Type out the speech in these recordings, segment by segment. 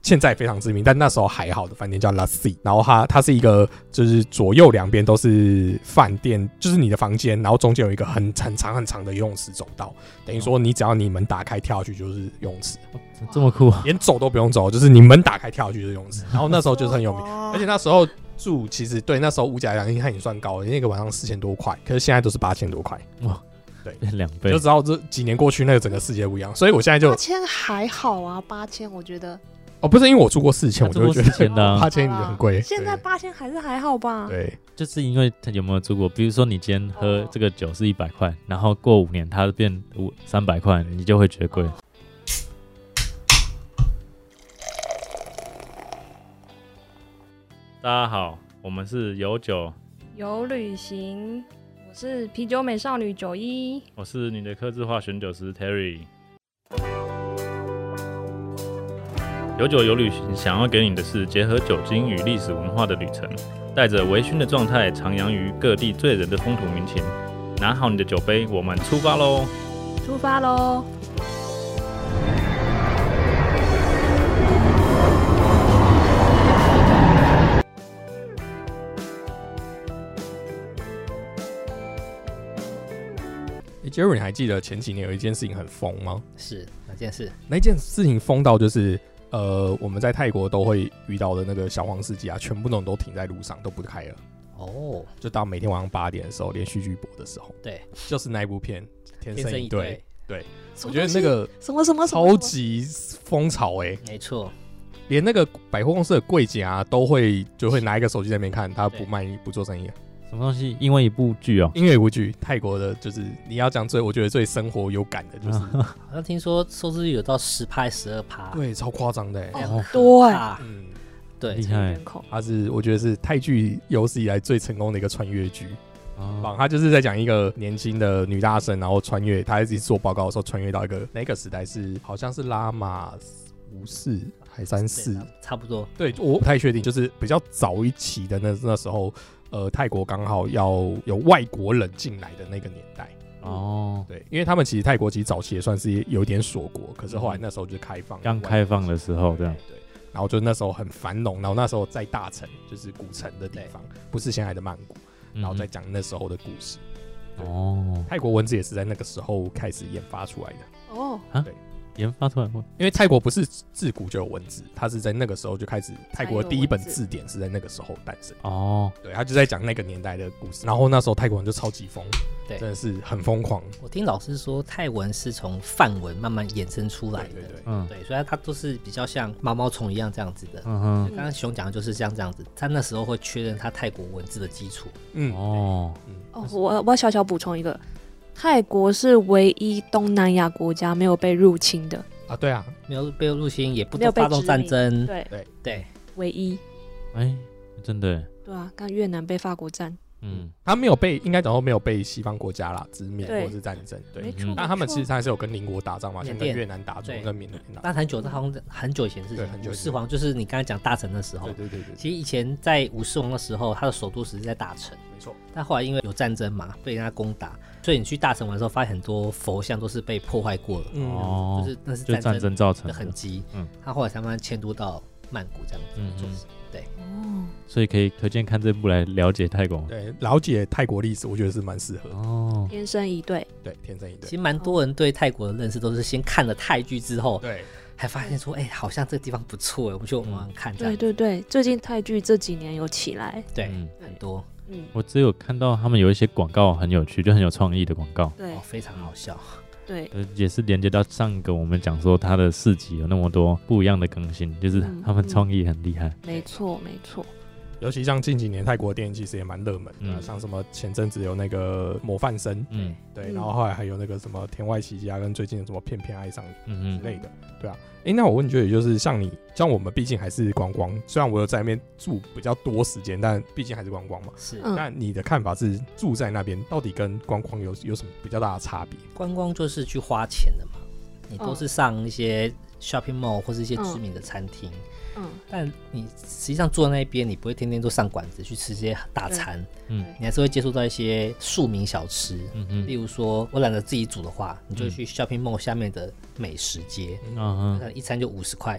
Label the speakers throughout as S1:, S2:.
S1: 现在非常知名，但那时候还好的饭店叫 La C， 然后它是一个就是左右两边都是饭店，就是你的房间，然后中间有一个很长的游泳池走道，等于说你只要你门打开跳下去就是游泳池，
S2: 这么酷，
S1: 连走都不用走，就是你门打开跳下去就是游泳池。然后那时候就是很有名，而且那时候住其实对那时候物价来讲应该也算高了，那个晚上4000多块，可是现在都是8000多块。哇！对
S2: ，2倍，
S1: 就知道这几年过去，那个整个世界不一样。所以我现在就
S3: 8000还好啊，8000我觉得
S1: 哦，不是因为我住过4000，我就会觉得
S2: 4000的啊
S1: 8000很贵。
S3: 现在8000还是还好吧？
S1: 对，
S2: 就是因为他有没有住过？比如说你今天喝这个酒是100块，然后过5年它变300块，你就会觉得贵。大家好，我们是有酒
S4: 有旅行，我是啤酒美少女91，
S2: 我是你的客制化选酒师 Terry。有酒有旅行，想要给你的是结合酒精与历史文化的旅程，带着微醺的状态，徜徉于各地醉人的风土民情。拿好你的酒杯，我们出发喽！
S4: 出发喽！
S1: Jerry， 你还记得前几年有一件事情很疯吗？
S5: 是哪件事？
S1: 那件事情疯到就是我们在泰国都会遇到的那个小黄司机啊，全部都停在路上，都不开了。
S5: 哦，
S1: 就到每天晚上8点的时候，连续剧播的时候，
S5: 对，
S1: 就是那一部片《天生一对》。对，
S3: 我
S1: 觉得那个
S3: 什么
S1: 超级风潮
S5: 没错，
S1: 连那个百货公司的柜姐啊，都会拿一个手机在那边看，他不做生意。
S2: 什么东西？因为一部剧哦，
S1: 因为一部剧，泰国的，就是你要讲我觉得最生活有感的，就是
S5: 好像听说收视率有到10%、12%，
S1: 对，超夸张的，
S3: 很多
S5: 对，
S2: 厉害。
S1: 我觉得是泰剧有史以来最成功的一个穿越剧。他就是在讲一个年轻的女大生，然后穿越，她一直做报告的时候穿越到一个那个时代是好像是拉玛54还34，
S5: 差不多。
S1: 对，我不太确定，就是比较早一期的那时候。泰国刚好要有外国人进来的那个年代
S2: 哦，
S1: 对，因为他们其实泰国其实早期也算是有一点锁国，可是后来那时候就开放，
S2: 刚开放的时候这样，
S1: 对，然后就那时候很繁荣，然后那时候在大城就是古城的地方，不是现在的曼谷，然后再讲那时候的故事。哦，泰国文字也是在那个时候开始研发出来的。哦，对。
S2: 研发出来，
S1: 因为泰国不是自古就有文字，它是在那个时候就开始，泰国的第一本字典是在那个时候诞生。哦，对，他就在讲那个年代的故事。然后那时候泰国人就超级疯，对，真的是很疯狂。
S5: 我听老师说，泰文是从梵文慢慢衍生出来的，对，所以它都是比较像毛毛虫一样这样子的。刚刚熊讲的就是像这样子，他那时候会确认他泰国文字的基础。
S3: 我小小补充一个。泰国是唯一东南亚国家没有被入侵的
S1: 啊，对啊，
S5: 没有被入侵，也不发动战争，对，
S3: 唯一，
S2: 真的，
S3: 对啊，刚越南被法国占，
S1: 他没有被，应该讲说没有被西方国家啦殖民或者是战争，对，但他们其实还是有跟邻国打仗嘛，像跟越南打仗，跟缅甸打仗，
S5: 但很久，好像很久以前的事情。武士皇就是你刚才讲大城的时候，对，其实以前在武士皇的时候，他的首都实是在大城，
S1: 没错，
S5: 但后来因为有战争嘛，被人家攻打。所以你去大城玩的时候，发现很多佛像都是被破坏过了，就是那是
S2: 战争造成
S5: 的痕迹。他后来才慢慢迁都到曼谷这样子，对。
S2: 所以可以推荐看这部来了解泰国，
S1: 对，了解泰国历史，我觉得是蛮适合的。
S3: 天生一对，
S1: 对，天生一对。
S5: 其实蛮多人对泰国的认识都是先看了泰剧之后，
S1: 对，
S5: 还发现说，好像这个地方不错，我们就往看。
S3: 对，最近泰剧这几年有起来，
S5: 对，很多。
S2: 我只有看到他们有一些广告很有趣，就很有创意的广告，
S3: 对，
S5: 非常好笑。
S3: 对，
S2: 也是连接到上一个我们讲说他的市集有那么多不一样的更新，就是他们创意很厉害。
S3: 没错。
S1: 尤其像近几年泰国电影其实也蛮热门的，像什么前阵子有那个模范生，对，然后后来还有那个什么天外奇迹啊，跟最近的什么片片爱上你之类的，对啊。那我问你，也就是像我们毕竟还是观光，虽然我有在那边住比较多时间，但毕竟还是观光嘛。
S5: 是。
S1: 那你的看法是住在那边到底跟观光有什么比较大的差别？
S5: 观光就是去花钱的嘛，你都是上一些 shopping mall 或是一些知名的餐厅。但你实际上坐在那边，你不会天天都上馆子去吃这些大餐，你还是会接触到一些庶民小吃，例如说我懒得自己煮的话，你就去 shopping mall 下面的美食街，可能一餐就50块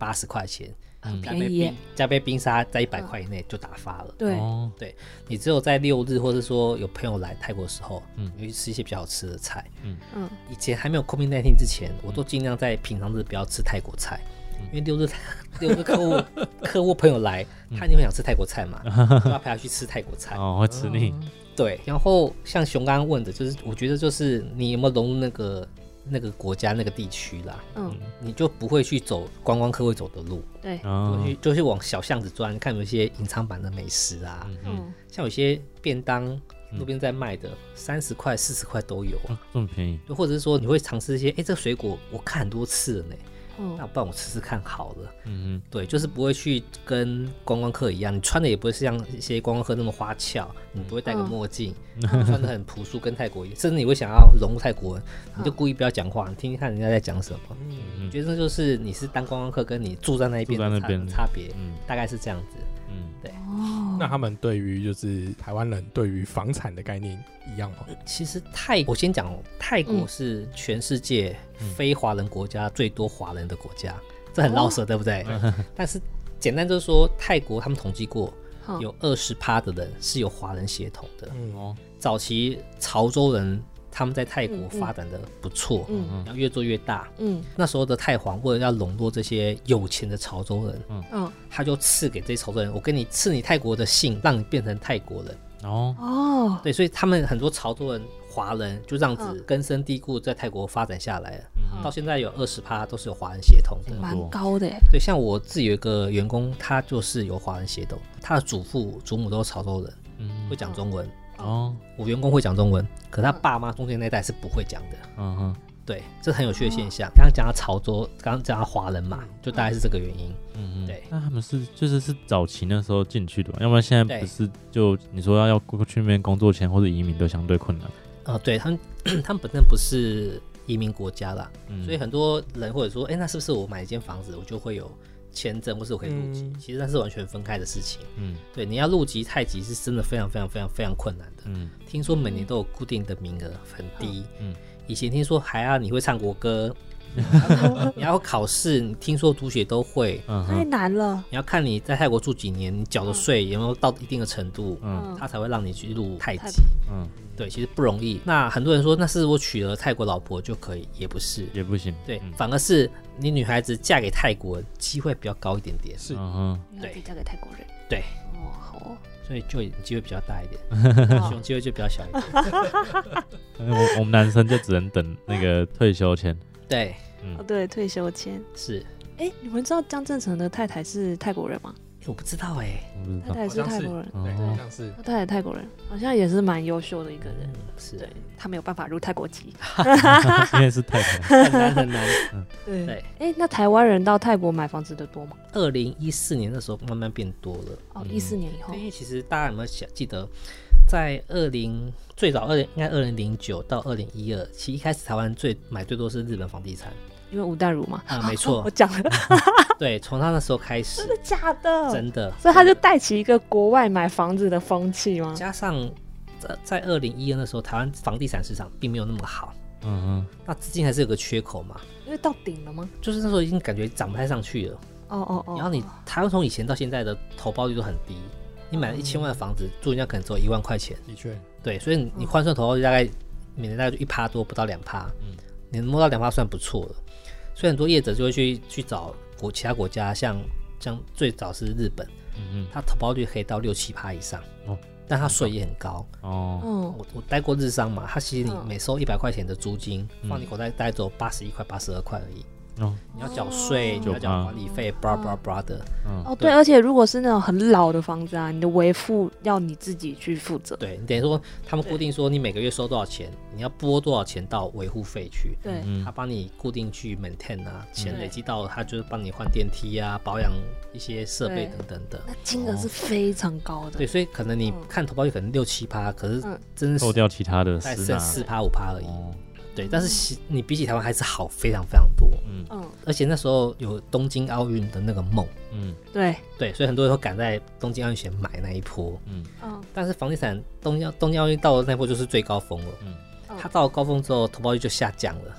S5: 80块钱，
S3: 很便宜，
S5: 加杯冰沙在100块以内就打发了。
S3: 对，
S5: 对，你只有在6日或者说有朋友来泰国的时候，你去吃一些比较好吃的菜。以前还没有 COVID-19 之前，我都尽量在平常日不要吃泰国菜，因为6日客户朋友来，他一定会想吃泰国菜嘛，就要陪他去吃泰国菜。
S2: 会吃腻。
S5: 对，然后像熊刚刚问的，就是我觉得就是你有没有融入那个国家那个地区啦，你就不会去走观光客会走的路，
S3: 对，
S5: 就是往小巷子钻，看有一些隐藏版的美食啊，像有些便当路边在卖的30块40块都有，
S2: 这么便宜，
S5: 或者是说你会尝试一些，这个水果我看很多次了呢，那不然我吃吃看好了。对，就是不会去跟观光客一样，你穿的也不会像一些观光客那么花俏，你不会戴个墨镜，穿的很朴素，跟泰国一样，甚至你会想要融入泰国人，你就故意不要讲话，你听听看人家在讲什么。我觉得这就是你是当观光客跟你住在那一边的差别，大概是这样子。对。
S1: 那他们对于就是台湾人对于房产的概念一样吗？
S5: 其实我先讲泰国是全世界非华人国家最多华人的国家，这很绕舌，对不对？但是简单就是说，泰国他们统计过，有20% 的人是有华人血统的。早期潮州人他们在泰国发展的不错，然后越做越大。那时候的泰皇为了要笼络这些有钱的潮州人，他就赐给这些潮州人，我给你赐你泰国的姓，让你变成泰国人。对，所以他们很多潮州人、华人就这样子根深蒂固在泰国发展下来了。到现在有20% 都是有华人血统的，
S3: 蛮高的。
S5: 对，像我自己有一个员工，他就是有华人血统，他的祖父祖母都是潮州人，会讲中文。我员工会讲中文，可他爸妈中间那代是不会讲的。对，这很有趣的现象。刚刚讲到潮州，刚刚讲到华人嘛，就大概是这个原因。对。
S2: 那他们是早期那时候进去的嘛？要不然现在不是就你说要过去那边工作签或者移民都相对困难。
S5: 对，他们本身不是移民国家啦，所以很多人或者说，那是不是我买一间房子，我就会有签证或是我可以入籍？其实那是完全分开的事情。对，你要入籍泰籍是真的非常非常非常非常困难的。听说每年都有固定的名额，很低。以前听说还要你会唱国歌，你要考试，你听说读写都会，
S3: 太难了。
S5: 你要看你在泰国住几年，你缴的税有没有到一定的程度，他才会让你去入泰籍。对，其实不容易。那很多人说，那是我娶了泰国老婆就可以，也不是，
S2: 也不行。
S5: 对，反而是你女孩子嫁给泰国人，机会比较高一点点。
S1: 是，
S5: 对，
S3: 嫁给泰国人。
S5: 对，
S3: 好。
S5: 所以就机会比较大一点，熊机会就比较小一点。
S2: 我们男生就只能等那个退休签。
S5: 对，
S3: 对，退休签
S5: 是。
S3: 你们知道江振成的太太是泰国人吗？
S5: 我不知道
S3: 太太是泰国人，
S1: 对，好像是
S3: 他太太泰国人，好像也是蛮优秀的一个人。
S5: 是，
S3: 对，他没有办法入泰国籍，
S2: 因为是太太
S5: 很难。
S3: 对。那台湾人到泰国买房子的多吗
S5: ？2014年的时候慢慢变多了。
S3: 14年以后。
S5: 因为其实大家有没有记得，在最早应该2009到2012，其实一开始台湾买最多是日本房地产。
S3: 因为吴淡如嘛，
S5: 没错，
S3: 我讲了。
S5: 对，从他那时候开始。
S3: 真的假的？
S5: 真的。
S3: 所以他就带起一个国外买房子的风气吗？
S5: 加上在2012那时候，台湾房地产市场并没有那么好。那资金还是有个缺口嘛。
S3: 因为到顶了吗？
S5: 就是那时候已经感觉涨不太上去了。然后台湾从以前到现在的投报率都很低，你买了1000万的房子，住人家可能只有1万块钱。
S1: 的确。
S5: 对，所以你换算投报率大概每年大概就1%多，不到2%。你能摸到2%算不错了。所以很多业者就会去找其他国家，像最早是日本，它投报率可以到6-7% 以上，但它税也很高。我待过日商嘛，它其实你每收100块钱的租金，放你口袋大概只有81块、82块而已。你要缴税，你要缴管理费，blah 的。
S3: 对，而且如果是那种很老的房子啊，你的维护要你自己去负责。
S5: 对，你等于说他们固定说你每个月收多少钱，你要拨多少钱到维护费去。
S3: 对，
S5: 他帮你固定去 maintain 啊，钱累积到他就是帮你换电梯啊，保养一些设备等等的。
S3: 那金额是非常高的。
S5: 对，所以可能你看投报率可能6-7%，可是真是
S2: 扣掉其他的
S5: 才剩4%-5%而已。对，但是你比起台湾还是好非常非常多。而且那时候有东京奥运的那个梦。对，所以很多人都赶在东京奥运前买那一波。但是房地产东京奥运到了那波就是最高峰了。它到了高峰之后，投报率就下降了。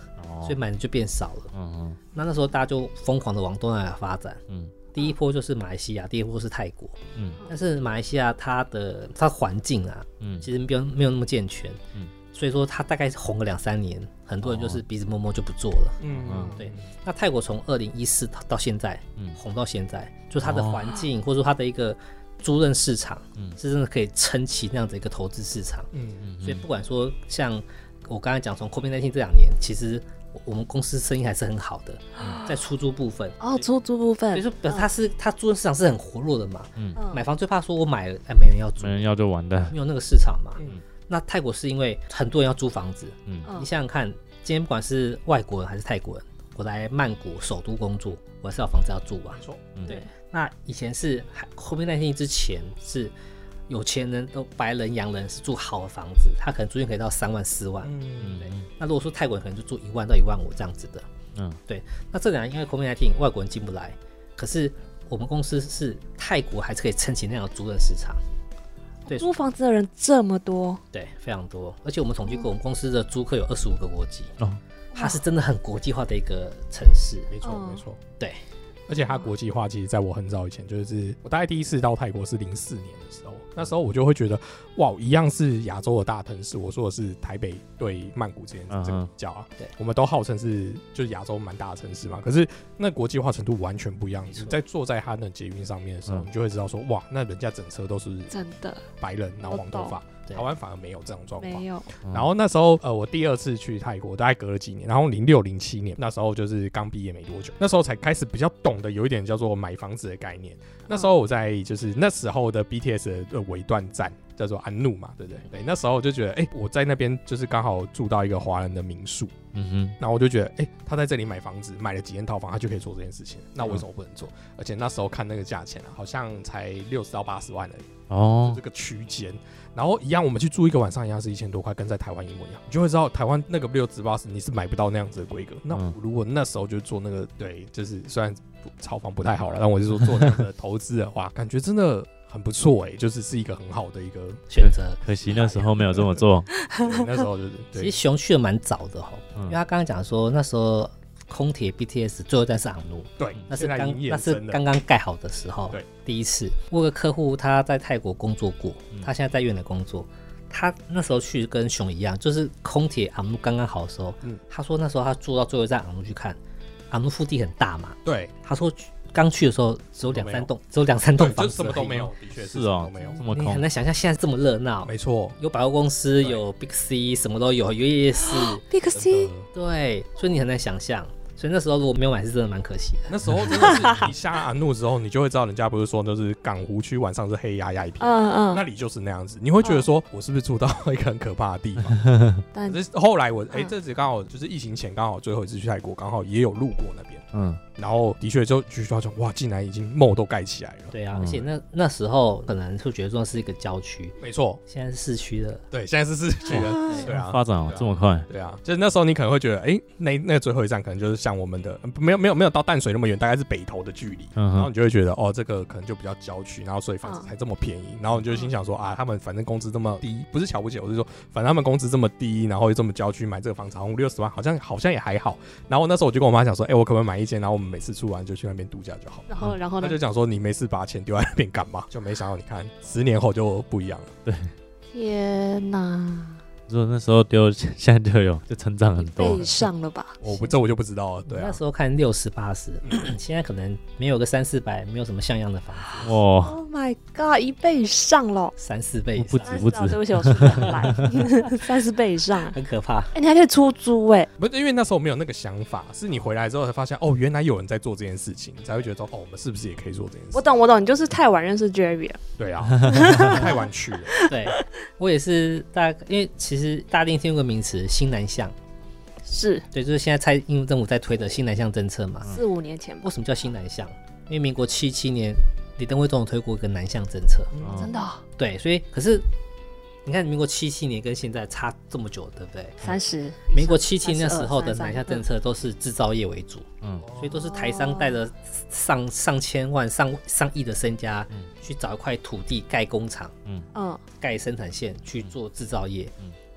S5: 所以买的就变少了。那时候大家就疯狂的往东南亚发展。第一波就是马来西亚，第二波是泰国。但是马来西亚它环境啊，其实没有那么健全。所以说它大概红个2-3年，很多人就是鼻子摸摸就不做了。对。那泰国从2014到现在，红到现在，就它的环境或者说它的一个租赁市场，是真的可以撑起那样的一个投资市场。所以不管说像我刚才讲从 COVID-19 这2年，其实我们公司生意还是很好的，在出租部分。
S3: 出租部分，
S5: 所以说它租赁市场是很活络的嘛。买房最怕说我买了，没人要租，
S2: 没人要就完蛋，
S5: 没有那个市场嘛。那泰国是因为很多人要租房子。你想想看，今天不管是外国人还是泰国人，我来曼谷首都工作，我还是要房子要住啊。对。那以前是COVID-19之前是有钱人都白人洋人是住好的房子，他可能租金可以到3万4万。对。那如果说泰国人可能就住1万到1万5这样子的。对。那这2年因为 COVID-19 外国人进不来，可是我们公司是泰国还是可以撑起那样的租赁市场。对，
S3: 租房子的人这么多，
S5: 对，非常多。而且我们统计过，我们公司的租客有25个国籍。它是真的很国际化的一个城市。
S1: 没错没错。
S5: 对。
S1: 而且它国际化，其实在我很早以前，就是我大概第一次到泰国是04年的时候，那时候我就会觉得，哇，一样是亚洲的大城市。我说的是台北对曼谷之间这个比较啊，
S5: 对，
S1: 我们都号称是就是亚洲蛮大的城市嘛，可是那国际化程度完全不一样。你在坐在它的捷运上面的时候，你就会知道说，哇，那人家整车都是
S3: 真的
S1: 白人，然后黄头发。台湾反而没有这种状况，
S3: 没有。
S1: 然后那时候我第2次去泰国，大概隔了几年，然后06、07年，那时候就是刚毕业没多久，那时候才开始比较懂得有一点叫做买房子的概念。那时候我在就是那时候的 BTS 的尾段站叫做安怒嘛，对不对？对，那时候我就觉得，我在那边就是刚好住到一个华人的民宿，然后我就觉得，他在这里买房子，买了几间套房，他就可以做这件事情，那为什么不能做？而且那时候看那个价钱好像才60到80万而已，就这个区间。然后一样，我们去住一个晚上一样是1000多块，跟在台湾一模一样。你就会知道台湾那个6直8你是买不到那样子的规格。那如果那时候就做那个，对，就是虽然炒房不太好了，但我是说做那样的投资的话，感觉真的很不错就是一个很好的一个
S5: 选择。
S2: 可惜那时候没有这么做。
S1: 那时候就是，
S5: 其实熊去的蛮早的因为他刚刚讲说那时候空铁 BTS 最后站是昂努，
S1: 对，
S5: 那是刚刚盖好的时候，
S1: 对，
S5: 第一次。我有个客户他在泰国工作过，他现在在越南工作，他那时候去跟熊一样，就是空铁昂努刚刚好的时候，他说那时候他坐到最后一站昂努去看，昂努腹地很大嘛，
S1: 对，
S5: 他说刚去的时候只有2-3栋房子，
S1: 就什么都没有，的确是
S2: 哦，
S1: 没有，
S2: 这么空。
S5: 你很难想象现在这么热闹，
S1: 没错，
S5: 有百货公司，有 Big C， 什么都有，有夜市
S3: ，Big C，
S5: 对，所以你很难想象。所以那时候如果没有买是真的蛮可惜的。
S1: 那时候真的是你下安怒之后，你就会知道人家不是说就是港湖区晚上是黑压压一片，那里就是那样子，你会觉得说我是不是住到一个很可怕的地方？但是后来我这次刚好就是疫情前刚好最后一次去泰国，刚好也有路过那边，然后的确就发现哇，竟然已经梦都盖起来了。
S5: 对啊，而且那时候可能会觉得说是一个郊区，
S1: 没错，
S5: 现在是市区的，
S1: 对，现在是市区的，对啊，
S2: 发展这么快，
S1: 对啊，就是那时候你可能会觉得，那最后一站可能就是像我们的没有到淡水那么远，大概是北投的距离，然后你就会觉得这个可能就比较郊区，然后所以房子才这么便宜，然后你就心想说他们反正工资这么低，不是瞧不起，我是说反正他们工资这么低，然后又这么郊区，买这个房子好像50-60万，好像也还好。然后那时候我就跟我妈讲说，我可不可以买一间，然后我们每次出完就去那边度假就好。
S3: 然后呢？
S1: 他就讲说你没事把钱丢在那边干嘛？就没想到你看10年后就不一样了。
S2: 对，
S3: 天哪！
S2: 如果那时候丢，现在就成长很多，
S3: 倍上了吧？
S1: 这我就不知道了。对啊，
S5: 那时候看60、80，现在可能没有个300-400，没有什么像样的房子。
S2: 哇
S3: ！Oh my god， 1倍以上了
S5: ，3-4倍以上，
S2: 不止。
S3: 对不起，我数学很烂，3-4倍以上，
S5: 很可怕。
S3: 你还可以出租
S1: 不是因为那时候没有那个想法，是你回来之后才发现原来有人在做这件事情，你才会觉得说我们是不是也可以做这件事？
S3: 我懂，你就是太晚认识 Jerry 了。
S1: 对啊，太晚去了。
S5: 对，我也是因为其实大家一定听过个名词新南向，
S3: 是
S5: 对，就是现在蔡英文政府在推的新南向政策嘛。
S3: 4-5年前吧。
S5: 为什么叫新南向？因为民国77年李登辉总统推过一个南向政策。
S3: 真的？
S5: 对，所以可是你看民国77年跟现在差这么久，对不对
S3: ？30。
S5: 民国77年那时候的南向政策都是制造业为主，所以都是台商带着上千万、上亿的身家，去找一块土地盖工厂，盖生产线去做制造业。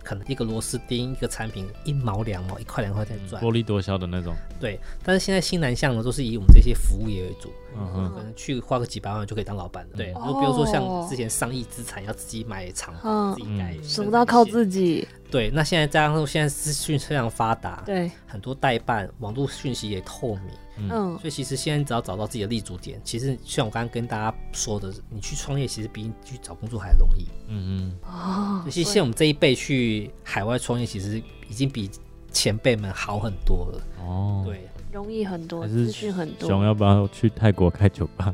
S5: 可能一个螺丝钉一个产品1毛2毛1块2块在赚，
S2: 薄利多销的那种。
S5: 对，但是现在新南向呢都是以我们这些服务业为主，可能去花个几百万就可以当老板了。对，就比如说像之前上亿资产要自己买厂房，自己盖，
S3: 什么都要靠自己。
S5: 对，那现在加上现在资讯非常发达，
S3: 对，
S5: 很多代办，网络讯息也透明，所以其实现在只要找到自己的立足点，其实像我刚刚跟大家说的，你去创业其实比你去找工作还容易。其实现在我们这一辈去海外创业，其实已经比前辈们好很多了。对，
S3: 容易很多，资讯很多。
S2: 熊要不要去泰国开酒吧？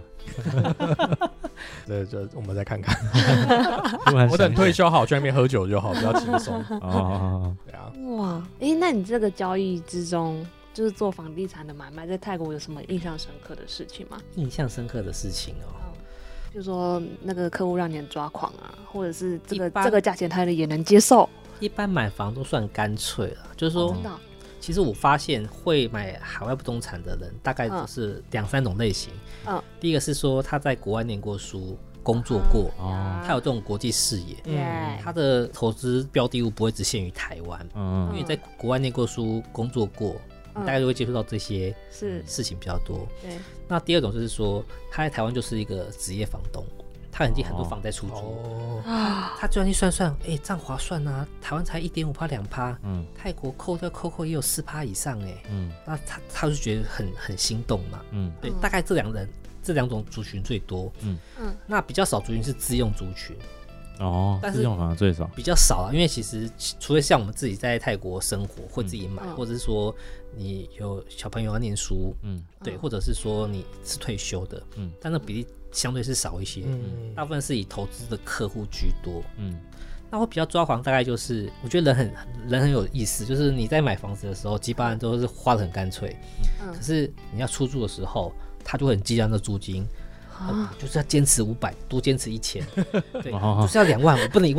S1: 这我们再看看。我等退休好去那边喝酒就好，比较轻松。对啊。
S3: 哇，那你这个交易之中，就是做房地产的买卖，在泰国有什么印象深刻的事情吗？
S5: 印象深刻的事情
S3: 就说那个客户让你很抓狂啊，或者是这个价钱他也能接受。
S5: 一般买房都算干脆了，就是说，其实我发现会买海外不动产的人，大概都是2-3种类型。第一个是说他在国外念过书、工作过，他有这种国际视野，他的投资标的物不会只限于台湾，因为在国外念过书、工作过，大概就会接触到这些事情比较多。那第二种就是说，他在台湾就是一个职业房东，他已经很多房在出租，他居然去算算，这样划算啊！台湾才1.5%、2%，泰国扣也有4%以上，那他就觉得很心动嘛，对，大概这两种族群最多，那比较少族群是自用族群。但是
S2: 自用反而最少，
S5: 比较少啊，因为其实除非像我们自己在泰国生活会自己买，或者是说你有小朋友要念书，对，或者是说你是退休的，但那比例相对是少一些，大部分是以投资的客户居多。那我比较抓狂大概就是我觉得人很有意思，就是你在买房子的时候基本上都是花得很干脆，可是你要出租的时候他就会很计较那租金，就是要坚持500，多坚持1000，对，就是要2万，我不能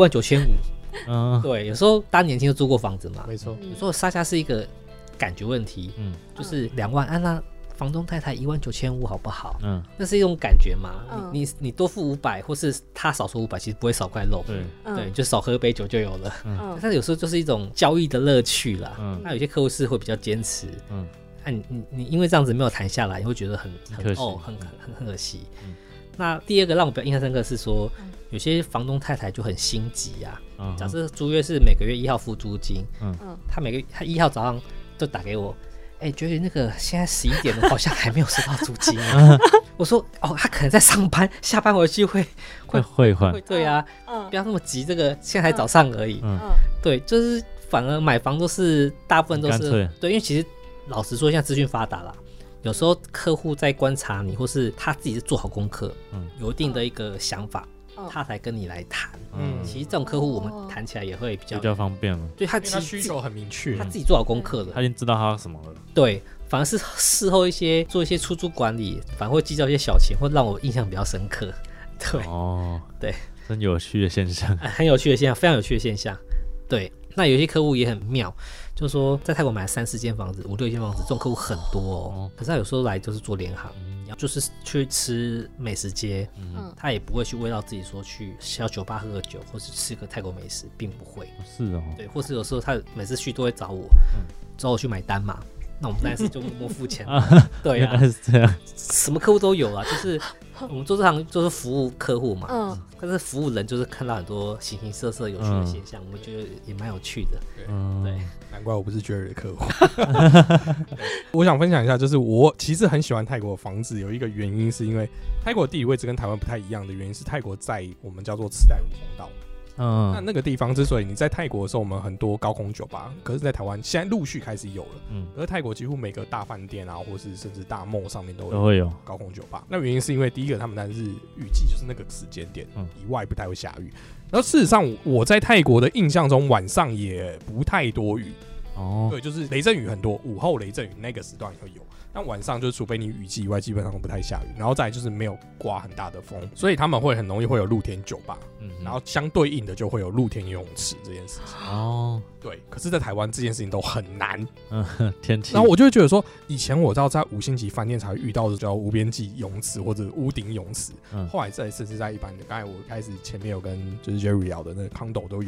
S5: 19500。对，有时候大家年轻就租过房子嘛，
S1: 没错，
S5: 有时候杀价是一个感觉问题，就是2万，那房东太太19500好不好？那是一种感觉嘛，你多付500，或是他少收500，其实不会少块肉，对，就少喝杯酒就有了。但是有时候就是一种交易的乐趣啦。那有些客户是会比较坚持，你因为这样子没有谈下来，你会觉得很可惜。那第二个让我比较印象深刻的是说，有些房东太太就很心急啊。假设租约是每个月1号付租金，他1号早上就打给我，觉得那个现在11点了，好像还没有收到租金啊。我说他可能在上班，下班回去会
S2: 换。
S5: 对啊，不要那么急，这个现在才早上而已。对，就是反而买房都是大部分都是对，因为其实老实说，现在资讯发达啦，有时候客户在观察你，或是他自己是做好功课，有一定的一个想法，他才跟你来谈。其实这种客户我们谈起来也会比较方
S2: 便了，
S5: 对，他
S1: 需求很明确，
S5: 他自己做好功课了，
S2: 他已经知道他要什么了。
S5: 对，反而是事后做一些出租管理，反而会计较一些小钱，会让我印象比较深刻。对，对，
S2: 真有趣的现象，
S5: 很有趣的现象，非常有趣的现象。对，那有些客户也很妙，就是说在泰国买了3-4间房子、5-6间房子，这种客户很多可是他有时候来就是做联行，就是去吃美食街，他也不会去慰劳自己说去小酒吧喝个酒，或是吃个泰国美食，并不会。
S2: 是哦，
S5: 对，或是有时候他每次去都会找我去买单嘛。那我们当然是就默默付钱对啊，
S2: 是这样，
S5: 什么客户都有啊，就是我们做这行就是服务客户嘛，但是服务人就是看到很多形形色色有趣的现象，我们觉得也蛮有趣的。对，
S1: 难怪我不是 Jerry 的客户。我想分享一下，就是我其实很喜欢泰国的房子，有一个原因是因为泰国的地理位置跟台湾不太一样的原因是泰国在我们叫做池袋五红道。那个地方之所以你在泰国的时候，我们很多高空酒吧，可是在台湾现在陆续开始有了。可是泰国几乎每个大饭店啊，或是甚至大 mall 上面都会有高空酒吧。那原因是因为第一个，他们当然是雨季就是那个时间点以外不太会下雨。然后事实上，我在泰国的印象中，晚上也不太多雨。对，就是雷阵雨很多，午后雷阵雨那个时段也会有。但晚上就是除非你雨季以外，基本上都不太下雨。然后再来就是没有刮很大的风，所以他们会很容易会有露天酒吧。然后相对应的就会有露天游泳池这件事情。对。可是，在台湾这件事情都很难。
S2: 天气。
S1: 然后我就会觉得说，以前我知道在5星级饭店才会遇到的叫无边际泳池或者屋顶泳池，后来甚至在一般的，刚才我开始前面有跟就是 Jerry 聊的那个 condo 都有。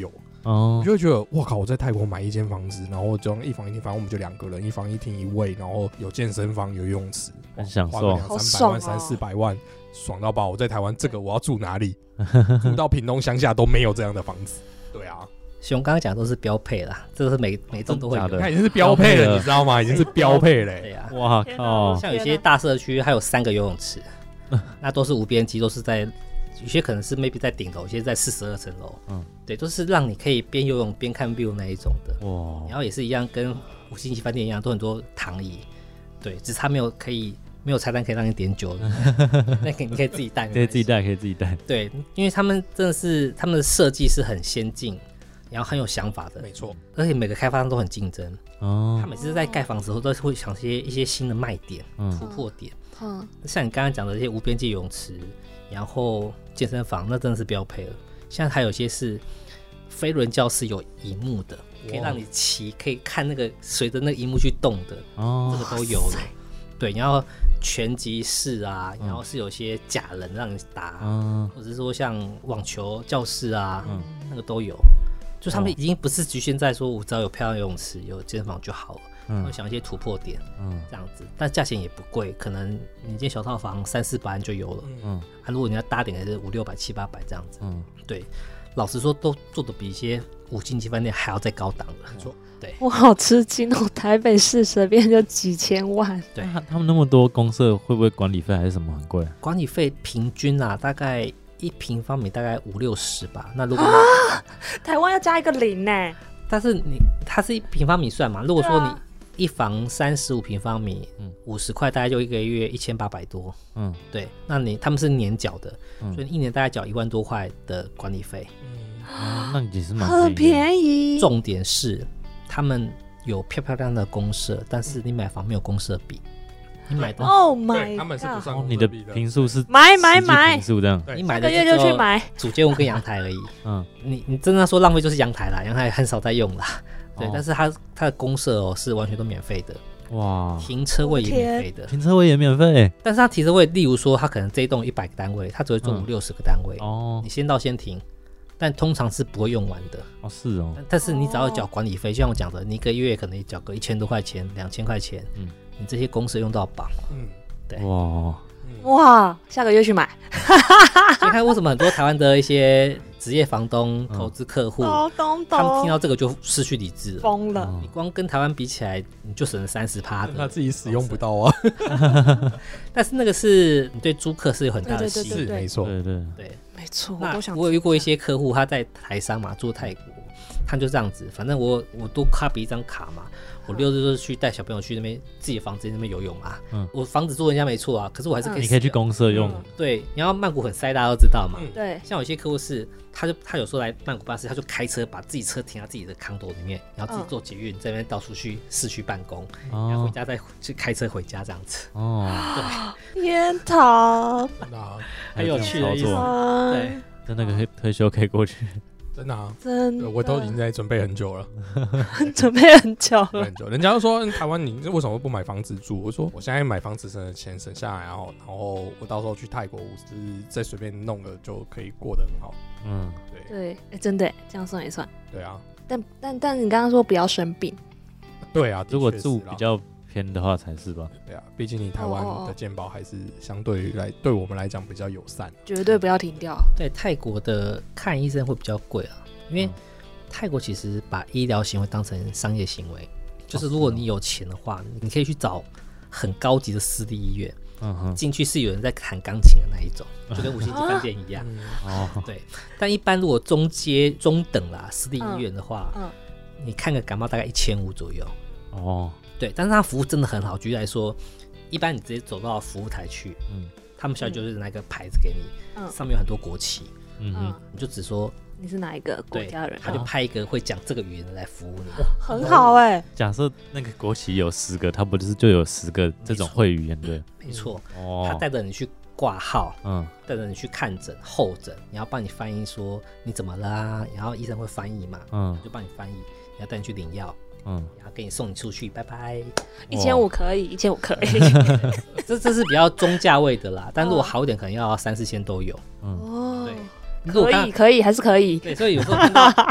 S1: 我就会觉得，哇靠！我在泰国买一间房子，然后就一房一厅，反正我们就2个人，一房一厅1卫，然后有健身房、有游泳池，
S2: 很享受，
S1: 花个200-300万、300-400万，爽到爆！我在台湾这个我要住哪里？住到屏东乡下都没有这样的房子。对啊，
S5: 熊刚刚讲都是标配啦，这是每栋都会有的，
S1: 它已经是标配了，你知道吗？已经是标配了。
S5: 对呀，
S2: 哇靠！
S5: 像有些大社区还有3个游泳池，那都是无边际，都是在。有些可能是 maybe 在顶楼，有些在42层楼，对，都是让你可以边游泳边看 view 那一种的。哇，然后也是一样，跟5星级饭店一样，都很多躺椅，对，只差没有菜单可以让你点酒的，那你可以自己带，
S2: 可以自己带，
S5: 对，因为他们真的是他们的设计是很先进，然后很有想法的，
S1: 没错，
S5: 而且每个开发商都很竞争，他每次在盖房子后都会想一些新的卖点、突破点，像你刚刚讲的这些无边际游泳池。然后健身房那真的是标配了，现在还有些是飞轮教室有萤幕的，可以让你骑，可以看那个随着那个萤幕去动的，这个都有了。对，然后拳击室啊，然后是有些假人让你打，或者是说像网球教室啊，那个都有。就他们已经不是局限在说我只要有漂亮游泳池、有健身房就好了。会想一些突破点，这样子，但价钱也不贵，可能你间小套房300-400万就有了，如果你要搭点也是500-600-700-800这样子，对，老实说都做的比一些5星级饭店还要再高档的，没错，对，
S3: 我好吃惊哦，台北市随便就几千万，
S5: 对，
S2: 他们那么多公社，会不会管理费还是什么很贵？
S5: 管理费平均啊，大概1平方米大概50-60吧，那如果
S3: 台湾要加一个0呢，
S5: 但是它是1平方米算嘛，如果说你一房35平方米，50块大概就1个月1800多，对，那他们是年缴的，所以1年大概缴1万多块的管理费，
S2: 那你也是
S3: 很便宜。
S5: 重点是他们有漂漂亮的公社，但是你买房没有公社比，你买的
S3: ，Oh my god，
S1: 他们是不算
S2: 你的平数是
S3: 买
S2: 平数这样，
S5: 你买的
S3: 1个月就去买
S5: 主间屋跟阳台而已，你真的说浪费就是阳台啦，阳台很少在用啦。对，但是它的公社是完全都免费的，哇，停车位也免费的，
S2: 停车位也免费。
S5: 但是它停车位，例如说它可能这一栋100个单位，它只会做50-60个单位，你先到先停，但通常是不会用完的。
S2: 是哦。
S5: 但是你只要缴管理费，就像我讲的，你1个月可能缴个1000多块钱、2000块钱，你这些公社用到饱，对，
S3: 哇，下个月去买。
S5: 你看为什么很多台湾的一些职业房东、投资客户，他们听到这个就失去理智了，
S3: 疯了。
S5: 你光跟台湾比起来，你就省了30%的，
S1: 他自己使用不到啊。
S5: 但是那个是你对租客是有很大的吸引，
S1: 没错，
S5: 对，
S3: 没错。
S5: 我有遇过一些客户，他在台商嘛，住泰国，他就这样子，反正我多copy一张卡嘛。我6日就是去带小朋友去那边自己的房子那边游泳啊，我房子住人家没错啊，可是我还是可以，
S2: 你可以去公社用，
S5: 对，然后曼谷很塞，大家都知道嘛，
S3: 对，
S5: 像有些客户是，他有时候来曼谷办事，他就开车把自己车停在自己的 condo 里面，然后自己坐捷运在那边到处去市区办公，然后回家再去开车回家这样子，
S3: 对，天堂，
S5: 很有趣的意思，对，
S2: 在那个退休可以过去。
S1: 真的啊，
S3: 真的，
S1: 我都已经在准备很久了，
S3: 准备很久了。
S1: 人家都说台湾你为什么不买房子住？我说我现在买房子省的钱省下来，然后我到时候去泰国，就是再随便弄个就可以过得很好。
S3: 对，真的这样算一算。
S1: 对啊，
S3: 但你刚刚说不要生病。
S1: 对啊，
S2: 如果住比较偏的话才是吧？
S1: 对啊，毕竟你台湾的健保还是相对于对我们来讲比较友善，
S3: 绝对不要停掉。
S5: 对，泰国的看医生会比较贵啊，因为泰国其实把医疗行为当成商业行为，就是如果你有钱的话，你可以去找很高级的私立医院，进去是有人在弹钢琴的那一种，就跟5星级饭店一样。对，但一般如果中等啦私立医院的话，你看个感冒大概1500左右。对，但是他服务真的很好。举例来说，一般你直接走到服务台去，他们小姐就是拿一个牌子给你，上面有很多国旗，你就只说
S3: 你是哪一个国家人，
S5: 他就派一个会讲这个语言的来服务你，
S3: 很好
S2: 假设那个国旗有10个，他不是就有10个这种会语言对？
S5: 没错，他带着你去挂号，带着你去看诊、候诊，然后帮你翻译说你怎么了啊，然后医生会翻译嘛，就帮你翻译，然后带你去领药。然后给你送你出去，拜拜。
S3: 1500可以，1500可以。
S5: 这是比较中价位的啦，但如果好一点，可能要3-4千都有。对，
S3: 可以，还是可以。
S5: 对，所以有时候看到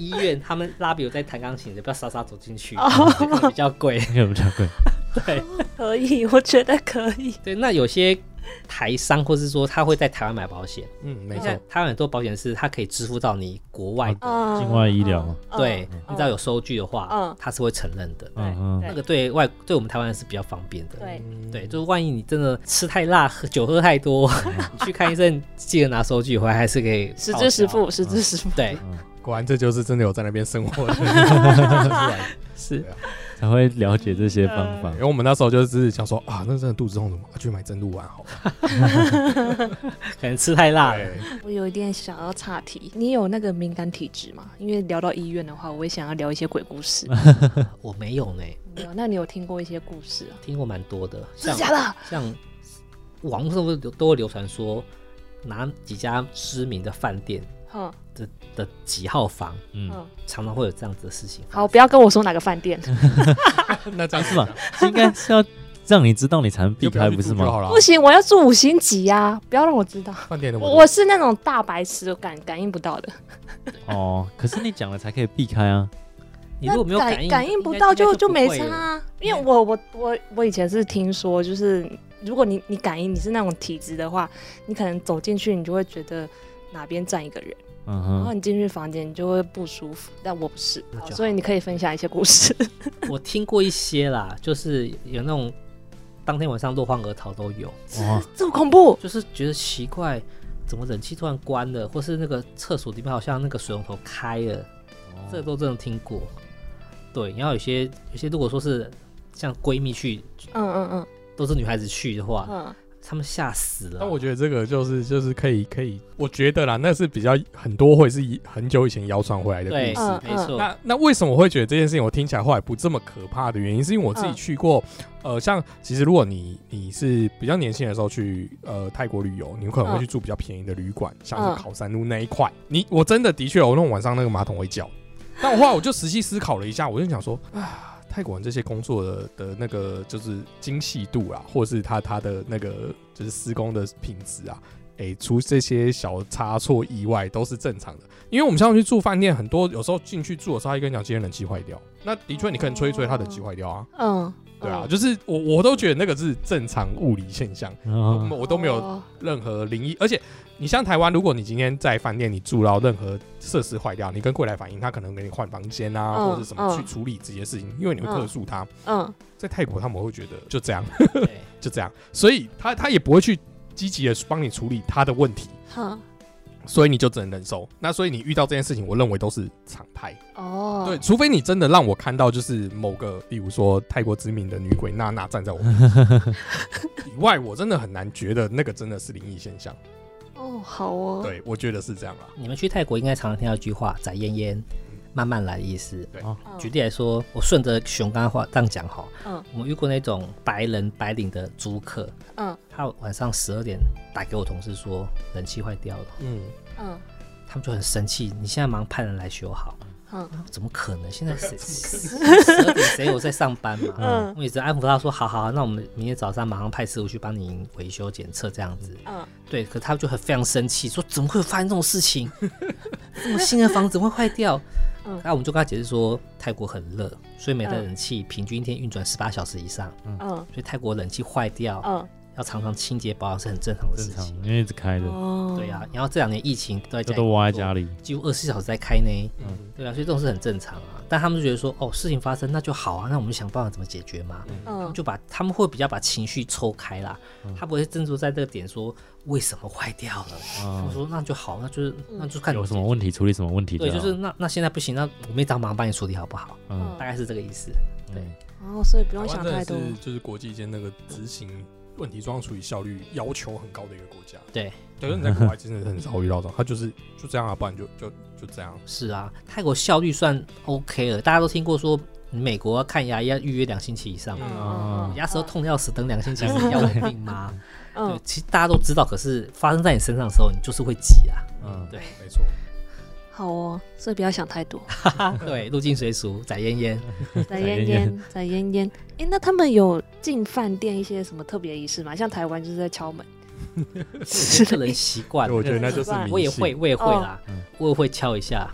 S5: 医院他们拉比有在弹钢琴的，不要傻傻走进去，比较贵，
S2: 比较贵。
S5: 对，
S3: 可以，我觉得可以。
S5: 对，那有些台商或是说他会在台湾买保险，
S1: 没错，
S5: 台湾很多保险是他可以支付到你国外的
S2: 境外医疗，
S5: 对，你只要有收据的话，他是会承认的。那个对我们台湾人是比较方便的。对，就是万一你真的吃太辣、酒喝太多，你去看医生，记得拿收据回来，还是可以
S3: 实支实付，实支实付。
S5: 对，
S1: 果然这就是真的有在那边生活的，
S5: 是。
S2: 才会了解这些方法，
S1: 因为我们那时候就是想说啊，那真的肚子痛怎么去买珍珠丸好了，
S5: 可能吃太辣了。
S3: 我有一点想要岔题，你有那个敏感体质吗？因为聊到医院的话，我也想要聊一些鬼故事。
S5: 我没有呢。
S3: 没有？那你有听过一些故事啊？
S5: 听过蛮多的，
S3: 真的假的？
S5: 像网络上都会流传说，拿几家知名的饭店的几号房，常常会有这样子的事情。
S3: 好，不要跟我说哪个饭店。
S1: 那这样
S2: 是吗？应该是要让你知道你才能避开，不是吗？
S3: 不行，我要住5星级啊！不要让我知道。
S1: 饭店的
S3: 我是那种大白痴，感应不到的。
S2: 哦，可是你讲了才可以避开啊。
S5: 你如果没有
S3: 感应不到就没差啊。因为我以前是听说，就是如果你感应你是那种体质的话，你可能走进去你就会觉得哪边站一个人。然后你进去房间你就会不舒服，但我不是，所以你可以分享一些故事。
S5: 我听过一些啦，就是有那种当天晚上落荒而逃都有。
S3: 这么恐怖？
S5: 就是觉得奇怪，怎么冷气突然关了，或是那个厕所里面好像那个水龙头开了，这个都真的听过。对，然后有些如果说是像闺蜜去，都是女孩子去的话，他们吓死了。
S1: 但我觉得这个就是可以，我觉得啦，那是比较很多会是很久以前谣传回来的故事。
S5: 没错。
S1: 那为什么我会觉得这件事情我听起来后来不这么可怕的原因，是因为我自己去过，像其实如果你是比较年轻的时候去泰国旅游，你可能会去住比较便宜的旅馆，像是考山路那一块。我真的确，我那种晚上那个马桶会叫，但我后来我就实际思考了一下，我就想说啊。泰国人这些工作的那个就是精细度啊，或者是他的那个就是施工的品质啊，除这些小差错以外都是正常的。因为我们像去住饭店，很多有时候进去住的时候，他跟你讲今天冷气坏掉，那的确你可能吹一吹，他冷气坏掉啊。对啊，就是我都觉得那个是正常物理现象，我都没有任何灵异。而且你像台湾，如果你今天在饭店你住到任何设施坏掉，你跟柜台反映，他可能给你换房间啊，或者什么去处理这些事情，因为你会客诉他。在泰国他们会觉得就这样，就这样，所以他也不会去积极的帮你处理他的问题。所以你就只能忍受。那所以你遇到这件事情，我认为都是常态。对，除非你真的让我看到，就是某个，例如说泰国知名的女鬼娜娜站在我面前以外，我真的很难觉得那个真的是灵异现象。
S3: 好哦。
S1: 对，我觉得是这样啦。
S5: 你们去泰国应该常常听到一句话“宅烟烟”，慢慢来的意思。对。举例来说，我顺着熊刚刚话这样讲哈。我们遇过那种白领的租客。他晚上12点打给我同事说冷气坏掉了。他们就很生气，你现在忙派人来修好。怎么可能？现在12点谁有在上班嘛？我一直安抚他说：“好，那我们明天早上马上派师傅去帮您维修检测这样子。”对，可他就非常生气，说：“怎么会有发生这种事情？这么新的房子怎么会坏掉？”那我们就跟他解释说，泰国很热，所以每台冷气平均一天运转18小时以上。所以泰国冷气坏掉。要常常清洁保养是很正常的事情，
S2: 因为一直开的。
S5: 对啊，然后这2年疫情都在家里，
S2: 都窝在家里，
S5: 几乎24小时在开呢。对啊，所以这种是很正常啊。但他们就觉得说，事情发生那就好啊，那我们就想办法怎么解决嘛。他们会比较把情绪抽开啦，他不会专注在这个点说为什么坏掉了。他们说那就好，那就看
S2: 有什么问题处理什么问题。
S5: 对，就是那现在不行，那我们一早马上帮你处理好不好？大概是这个意思。对。
S3: 所以不用想太多。
S1: 就是国际间那个执行问题状况处理效率要求很高的一个国家。
S5: 对，
S1: 可是你在国外真的很少遇到这种，他就这样啊，不然就这样。
S5: 是啊，泰国效率算 OK 了，大家都听过说美国要看牙医要预约2星期以上，牙齿都痛要死，等2星期是要命吗？对，其实大家都知道，可是发生在你身上的时候，你就是会急啊。对，
S1: 没错。
S3: 好哦，所以不要想太多。
S5: 对，入境随俗，宅烟烟。
S3: 那他们有进饭店一些什么特别仪式吗？像台湾就是在敲门。
S5: 个人习惯，
S1: 我觉得那就是迷信。
S5: 我也会啦，我也会敲一下。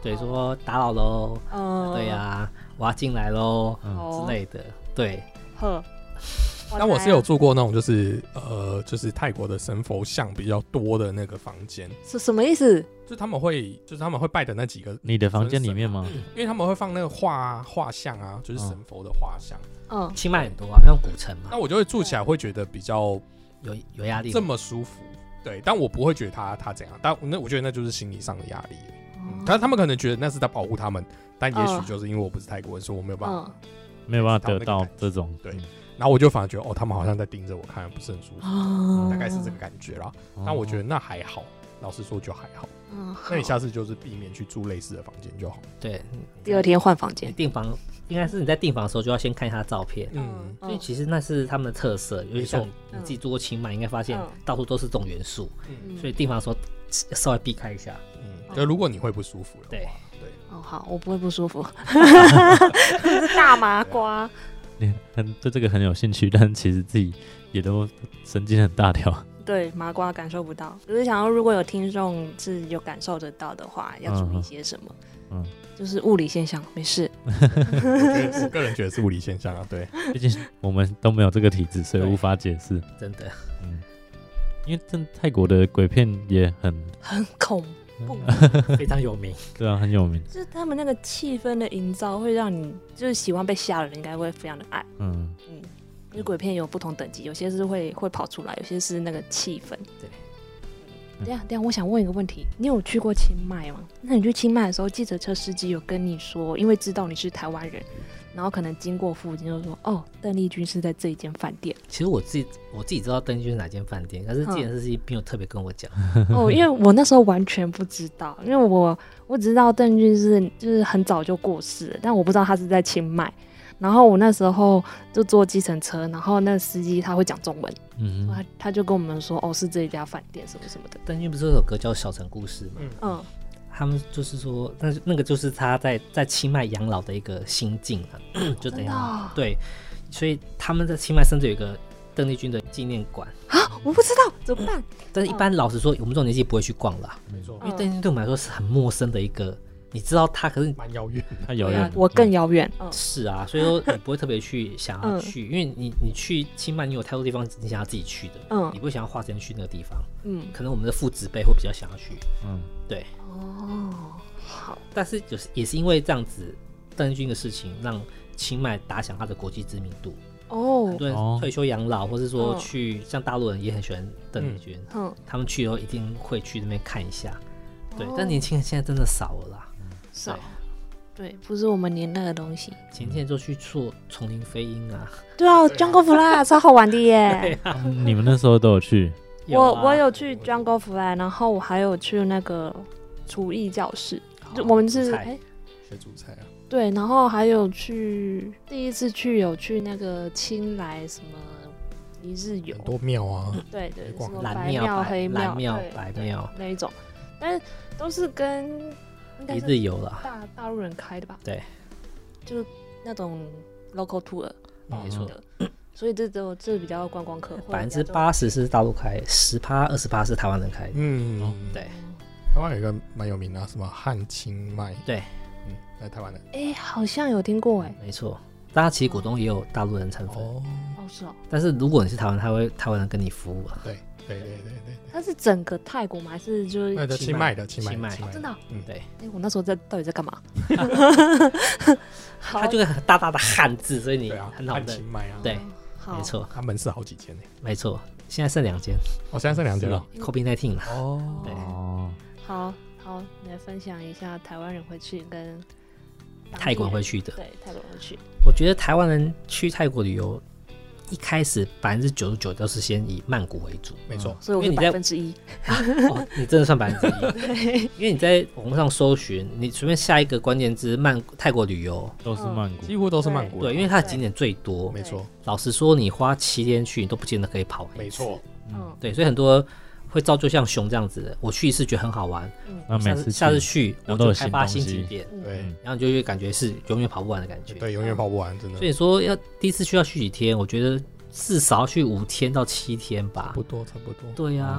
S5: 对，说打扰喽，对呀，我要进来喽之类的，对。
S3: 呵，
S1: 那我是有住过那种就是泰国的神佛像比较多的那个房间，
S3: 是什么意思？
S1: 就是他们会拜的那几个，
S2: 你的房间里面吗？
S1: 因为他们会放那个画像啊，就是神佛的画像。
S5: 清迈很多啊，像古城嘛。
S1: 那我就会住起来会觉得比较
S5: 有压力，
S1: 这么舒服。对，但我不会觉得他怎样，但我觉得那就是心理上的压力。但他们可能觉得那是在保护他们，但也许就是因为我不是泰国人，所以我没有办法
S2: 得到这种
S1: 对。然后我就反而觉得他们好像在盯着我看，不是很舒服，大概是这个感觉啦。但我觉得那还好，老实说就还好。那你下次就是避免去住类似的房间就好。
S5: 对，
S3: 第二天换房间。
S5: 订房应该是你在订房的时候就要先看一下照片，因为其实那是他们的特色，尤其像你自己住过清迈，应该发现到处都是这种元素，所以订房的时候稍微避开一下。
S1: 就如果你会不舒服的话，对。
S3: 好，我不会不舒服。是大麻瓜。
S2: 对这个很有兴趣，但其实自己也都神经很大条。
S3: 对，麻瓜感受不到，只是想要如果有听众是有感受得到的话，要注意些什么？就是物理现象，没事。
S1: 我个人觉得是物理现象啊，对，
S2: 毕竟我们都没有这个体质，所以无法解释。
S5: 真的，
S2: 因为泰国的鬼片也很
S3: 恐怖，
S5: 非常有名。
S2: 对啊，很有名。
S3: 就是他们那个气氛的营造，会让你就是喜欢被吓的人，应该会非常的爱。因为鬼片有不同等级，有些是会跑出来，有些是那个气氛。
S5: 对。
S3: 等一下，我想问一个问题，你有去过清迈吗？那你去清迈的时候，计程车司机有跟你说，因为知道你是台湾人，然后可能经过附近就说，邓丽君是在这一间饭店。
S5: 其实我自己知道邓丽君是哪间饭店，但是计程车司机并没有特别跟我讲。
S3: 因为我那时候完全不知道，因为我只知道邓丽君就是很早就过世了，但我不知道她是在清迈。然后我那时候就坐计程车，然后那司机他会讲中文，他就跟我们说，是这一家饭店什么什么的。
S5: 邓丽君不是有首歌叫《小城故事》吗？他于就是说，那个就是他在清迈养老的一个心境啊，就等于对，所以他们在清迈甚至有一个邓丽君的纪念馆
S3: 啊，我不知道怎么办。
S5: 但是一般老实说，我们这种年纪不会去逛啦，
S1: 没错，
S5: 因为邓丽君对我们来说是很陌生的一个。你知道他可是
S1: 蛮遥远，
S2: 太遥远，
S3: 我更遥远。
S5: 是啊，所以说你不会特别去想要去，因为你去清迈，你有太多地方你想要自己去的，你不会想要花时间去那个地方，可能我们的父子辈会比较想要去，对，好，但是也是因为这样子，邓丽君的事情让清迈打响他的国际知名度。很多人退休养老，或是说去像大陆人也很喜欢邓丽君，他们去以后一定会去那边看一下。对，但年轻人现在真的少了啦。
S3: 少，对，不是我们年代的东西。
S5: 前天就去做丛林飞鹰啊，
S3: 对啊，Jungle Fly 超好玩的耶。
S2: 你们那时候都有去？
S3: 我有去 Jungle Fly， 然后我还有去那个厨艺教室，就我们是
S1: 学煮菜啊。
S3: 对，然后还有去第一次去有去那个清莱什么一日游，
S1: 很多庙啊，
S3: 对，什么
S5: 蓝庙、黑庙、蓝庙、白庙
S3: 那一种，但是都是跟
S5: 一日游啦，
S3: 大陆人开的吧？
S5: 对，
S3: 就是那种 local tour，
S5: 没错。
S3: 所以这比较观光客
S5: ，80%是大陆开，10%、20%是台湾人开的。对。
S1: 台湾有一个蛮有名的，什么汉清迈？
S5: 对，
S1: 在台湾的。
S3: 好像有听过
S5: 没错。但他其实股东也有大陆人成分。
S3: 是哦。
S5: 但是如果你是台湾，台湾人跟你服务了。
S1: 对。
S3: 它是整个泰国吗？还是就是
S1: 清迈的？
S5: 清迈
S3: 真的？
S5: 对。
S3: 我那时候到底在干嘛？
S5: 它就是很大大的汉字，所以你很好认。
S1: 清迈啊。
S5: 对，没错。
S1: 它门市好几间呢。
S5: 没错，现在剩2间。
S1: 现在剩2间了。
S5: COVID-19 了。对。
S3: 好，你来分享一下台湾人会去跟
S5: 泰国人会去的。
S3: 对，泰国人会去。
S5: 我觉得台湾人去泰国旅游，一开始99%都是先以曼谷为主，
S1: 没错。
S3: 所以我是1%。
S5: 你真的算1%，因为你在网络上搜寻，你随便下一个关键字泰国旅游
S2: 都是曼谷，
S1: 几乎都是曼谷。
S5: 对，因为它的景点最多。
S1: 没错。
S5: 老实说，你花7天去，你都不见得可以跑完。
S1: 没错。
S5: 对，所以很多会造就像熊这样子的，我去一次觉得很好玩，下次去我就开发新景点，
S1: 对，
S5: 然后你就会感觉是永远跑不完的感觉，
S1: 对，永远跑不完，真的。
S5: 所以说第一次去几天，我觉得至少要去5天到7天吧，
S1: 差不多。
S5: 对呀，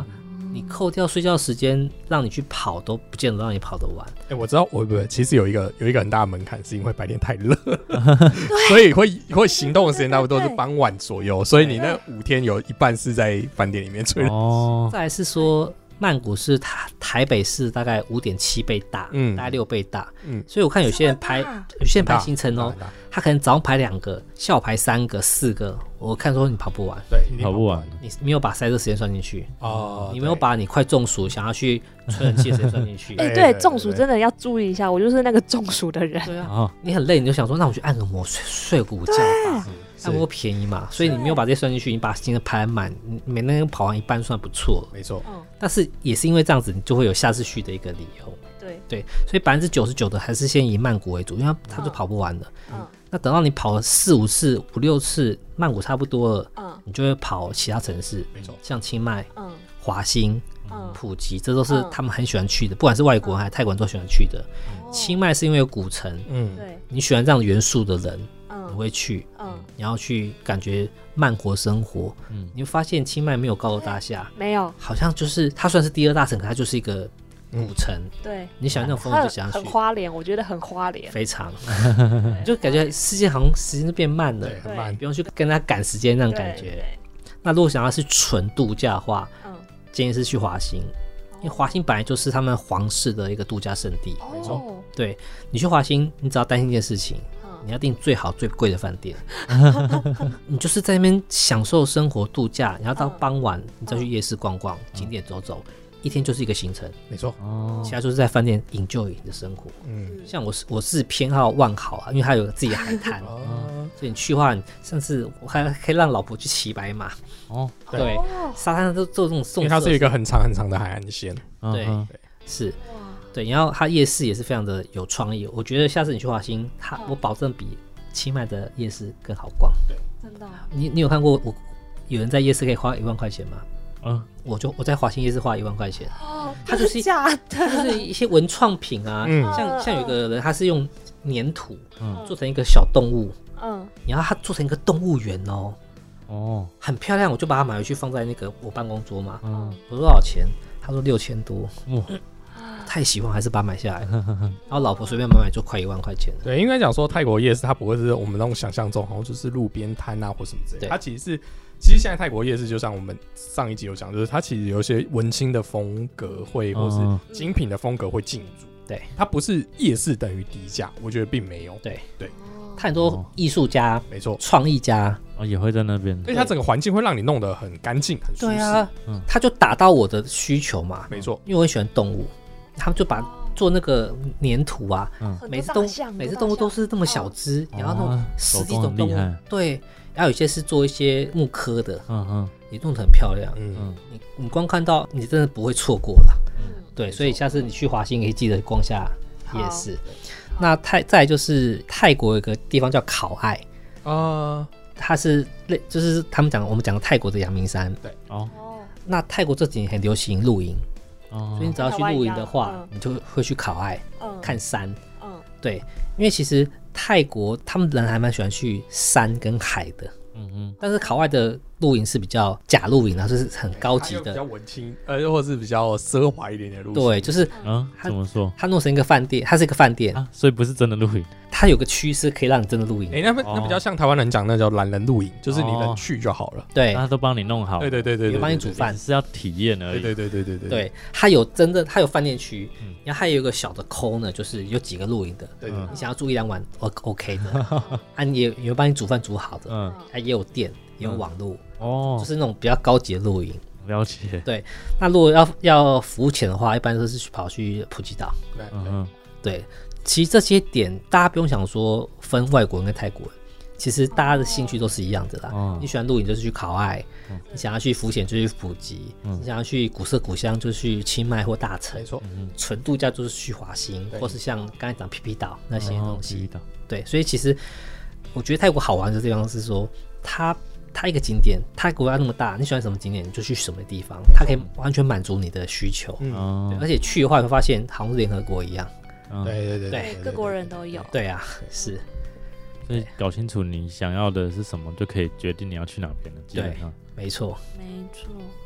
S5: 你扣掉睡觉时间，让你去跑都不见得让你跑得完。
S1: 我知道，其实有一个很大的门槛，是因为白天太热，所以会行动的时间大部分都是傍晚左右，所以你那5天有一半是在饭店里面吹冷气。
S5: 再来是说，曼谷是台北市大概5.7倍大，大概6倍大，所以我看有些人排行程哦，他可能早上排2个，下午排3个、4个，我看说你跑不完，
S2: 对，跑不完，
S5: 你没有把塞车时间算进去你没有把你快中暑想要去吹冷气的时间算进去。
S3: 对，中暑真的要注意一下，我就是那个中暑的人。
S5: 对啊，你很累，你就想说，那我去按个摩睡个午觉吧。按摩便宜嘛，所以你没有把这些算进去，你把行程排满，你每天跑完一半算不错了。
S1: 没错，
S5: 但是也是因为这样子，你就会有下次去的一个理由。对，所以99%的还是先以曼谷为主，因为它就跑不完的。那等到你跑了4、5次、5、6次，曼谷差不多了，你就会跑其他城市，
S1: 没错，
S5: 像清迈、华欣、普吉，这都是他们很喜欢去的，不管是外国人还是泰国人都喜欢去的。清迈是因为有古城，你喜欢这样元素的人。你会去，你要去感觉慢活生活，你会发现清迈没有高楼大厦，
S3: 没有，
S5: 好像就是它算是第2大城，可它就是一个古城。
S3: 对，
S5: 你想那种风格就想要去，
S3: 很花莲，我觉得很花莲，
S5: 非常，你就感觉世界好像时间就变慢了，
S1: 很慢，
S5: 不用去跟他赶时间那种感觉。那如果想要是纯度假的话，建议是去华欣，因为华欣本来就是他们皇室的一个度假胜地。
S1: 没错，
S5: 对，你去华欣，你只要担心一件事情。你要订最好最贵的饭店，你就是在那边享受生活度假，你要到傍晚你再去夜市逛逛，景点走走，一天就是一个行程。
S1: 没错，
S5: 其他就是在饭店enjoy你的生活。像我是偏好万豪啊，因为它有自己的海滩，所以你去的话，甚至我还可以让老婆去骑白马。对，沙滩都做这种送，
S1: 因为它是一个很长很长的海岸线。
S5: 对，是。对，然后它夜市也是非常的有创意，我觉得下次你去华欣，我保证比清迈的夜市更好逛。
S3: 对，真的。
S5: 你有看过有人在夜市可以花1万块钱吗？我在华欣夜市花1万块钱。它就是
S3: 假的，
S5: 就是一些文创品啊，像有个人他是用粘土做成一个小动物，然后他做成一个动物园很漂亮，我就把它买回去放在那个我办公桌嘛。我说多少钱？他说6000多。太喜欢还是把它买下来，然后老婆随便买就快1万块钱了。
S1: 对，应该讲说泰国夜市它不会是我们那种想象中好像就是路边摊啊或什么之类的，它其实现在泰国夜市就像我们上一集有讲，就是它其实有一些文青的风格会或是精品的风格会进驻。对，它不是夜市等于低价，我觉得并没有。对，
S5: 它很多艺术家，
S1: 没错，
S5: 创意家
S2: 也会在那边，
S1: 所以它整个环境会让你弄得很干净、很舒适。
S5: 对啊，它就达到我的需求嘛。
S1: 没错，
S5: 因为我很喜欢动物。他们就把做那个粘土啊，每次动物都是那么小只，然后那种10几种动物，对，然后有些是做一些木刻的，也弄得很漂亮。你光看到你真的不会错过了。对，所以下次你去华欣可以记得逛下夜市。那再来就是泰国有一个地方叫考爱它是就是我们讲的泰国的阳明山。对那泰国这几年很流行露营。所以你只要去露营的话，你就会去考爱看山。对，因为其实泰国他们人还蛮喜欢去山跟海的。但是考爱的露营是比较假露营，它是很高级的，
S1: 比较文青，或是比较奢华一点的露营。
S5: 对，就是
S2: 怎么说？
S5: 它弄成一个饭店，它是一个饭店
S2: 所以不是真的露营。
S5: 它有个区是可以让你真的露营。
S1: 那比较像台湾人讲那叫懒人露营，就是你人去就好了。
S5: 对，
S2: 他都帮你弄好。
S1: 对，
S5: 帮你煮饭，
S2: 是要体验而已。
S5: 对，它有饭店区，然后它有一个小的corner，就是有几个露营的。对，你想要住1-2晚 OK 的。也有帮你煮饭煮好的。也有电，也有网络。就是那种比较高级的露营。
S2: 了解。
S5: 对，那如果要浮潜的话，一般都是跑去普吉岛。对，其实这些点大家不用想说分外国人跟泰国人，其实大家的兴趣都是一样的啦。你喜欢露营就是去考爱，你想要去浮潜就去普吉，你想要去古色古香就去清迈或大城。没错，纯度假就是去华欣，或是像刚才讲皮皮岛那些东西。对，所以其实我觉得泰国好玩的地方是说，它一个景点，它国家那么大，你喜欢什么景点你就去什么地方，它可以完全满足你的需求。而且去的话，你会发现好像是联合国一样。
S3: 对，各国人都有。
S5: 对啊，是。
S2: 所以搞清楚你想要的是什么，就可以决定你要去哪边了。基本上，
S5: 没错。
S3: 对，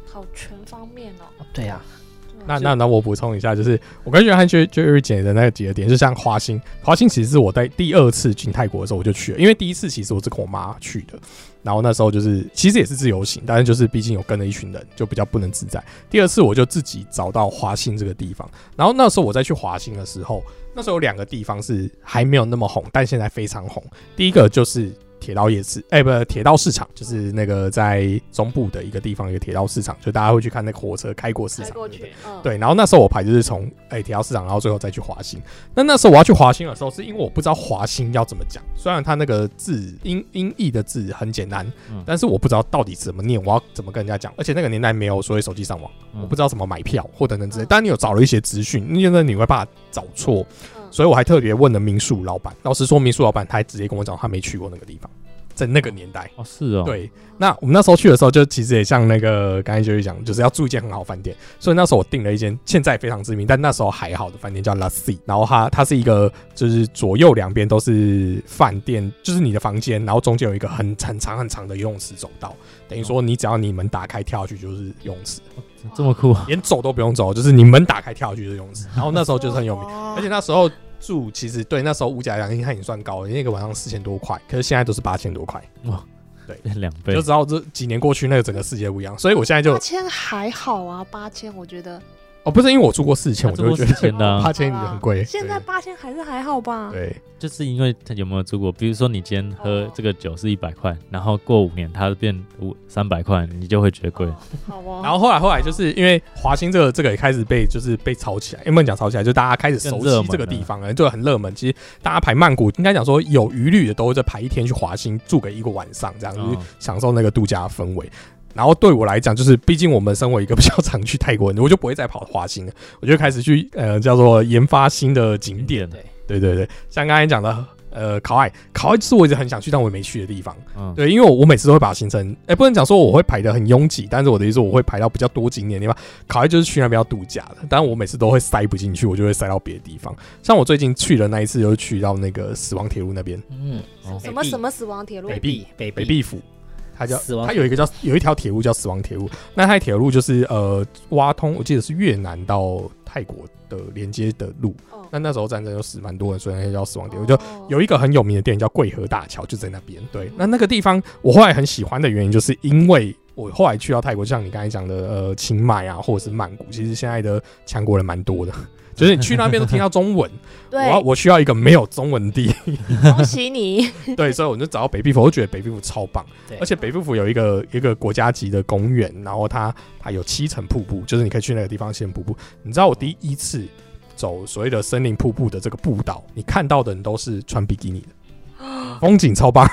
S3: 好全方面哦。
S5: 对啊。
S1: 那我补充一下，就是我跟约翰Jerry姐的那个几个点，就像华兴其实是我在第2次进泰国的时候我就去了，因为第1次其实我是跟我妈去的，然后那时候就是其实也是自由行，但是就是毕竟有跟了一群人，就比较不能自在。第2次我就自己找到华兴这个地方，然后那时候我再去华兴的时候，那时候有2个地方是还没有那么红，但现在非常红。第一个就是铁道夜市，铁道市场，就是那个在中部的一个地方，一个铁道市场，就大家会去看那个火车开过市场，对。然后那时候我排就是从铁道市场，然后最后再去华兴。那时候我要去华兴的时候，是因为我不知道华兴要怎么讲，虽然它那个字音译的字很简单，但是我不知道到底怎么念，我要怎么跟人家讲，而且那个年代没有所谓手机上网，我不知道怎么买票或等等之类。但你有找了一些资讯，因为你会怕找错。所以我还特别问了民宿老板，老实说，民宿老板他还直接跟我讲，他没去过那个地方，在那个年代。
S2: 哦，是哦。
S1: 对，那我们那时候去的时候，就其实也像那个刚才就讲，就是要住一间很好饭店，所以那时候我订了一间现在非常知名，但那时候还好的饭店叫 La Sea， 然后它是一个就是左右2边都是饭店，就是你的房间，然后中间有一个很长很长的游泳池走道，等于说你只要你门打开跳下去就是游泳池。
S2: 这么酷，
S1: 连走都不用走，就是你门打开跳下去就是游泳池。然后那时候就是很有名，而且那时候住其实对那时候物价来讲应该也算高了，因为一个晚上4000多块，可是现在都是8000多块。哇，对，2倍，就知道这几年过去，那个整个世界不一样。所以我现在就
S3: 8000还好啊，8000我觉得。
S1: 哦，不是因为我住过4000，我就会觉得8000很贵。
S3: 现在8000还好吧？
S1: 对，
S2: 就是因为他有没有住过？比如说你今天喝这个酒是100块，然后过5年它变300块，你就会觉得贵。
S3: 好哦。
S1: 然后后来就是因为华兴这个也开始被炒起来，有没有讲炒起来？就大家开始熟悉这个地方了，就很热门。其实大家排曼谷，应该讲说有余虑的都会在排1天去华兴住个1个晚上，这样就是享受那个度假氛围。然后对我来讲，就是毕竟我们身为一个比较常去泰国人，我就不会再跑华兴了，我就开始去叫做研发新的景点。对，像刚才讲的考爱是我一直很想去但我没去的地方。对，因为我每次都会把行程，不能讲说我会排得很拥挤，但是我的意思说我会排到比较多景点的地方。考爱就是去那边要度假的，但我每次都会塞不进去，我就会塞到别的地方。像我最近去的那一次，就去到那个死亡铁路那边。
S3: 什么死亡铁路？
S1: 北壁府。它有一条铁路叫死亡铁路，那它铁路就是挖通，我记得是越南到泰国的连接的路。那时候战争有死蛮多人，所以那叫死亡铁路。就有一个很有名的电影叫桂河大桥，就在那边。对，那个地方我后来很喜欢的原因，就是因为我后来去到泰国，像你刚才讲的清迈啊，或者是曼谷，其实现在的强国人蛮多的。就是你去那边都听到中文，我需要一个没有中文的地。
S3: 恭喜你！
S1: 对，所以我就找到北壁府，我觉得北壁府超棒，而且北壁府有一个国家级的公园，然后它有7层瀑布，就是你可以去那个地方先瀑布。你知道我第一次走所谓的森林瀑布的这个步道，你看到的人都是穿比基尼的。风景超棒，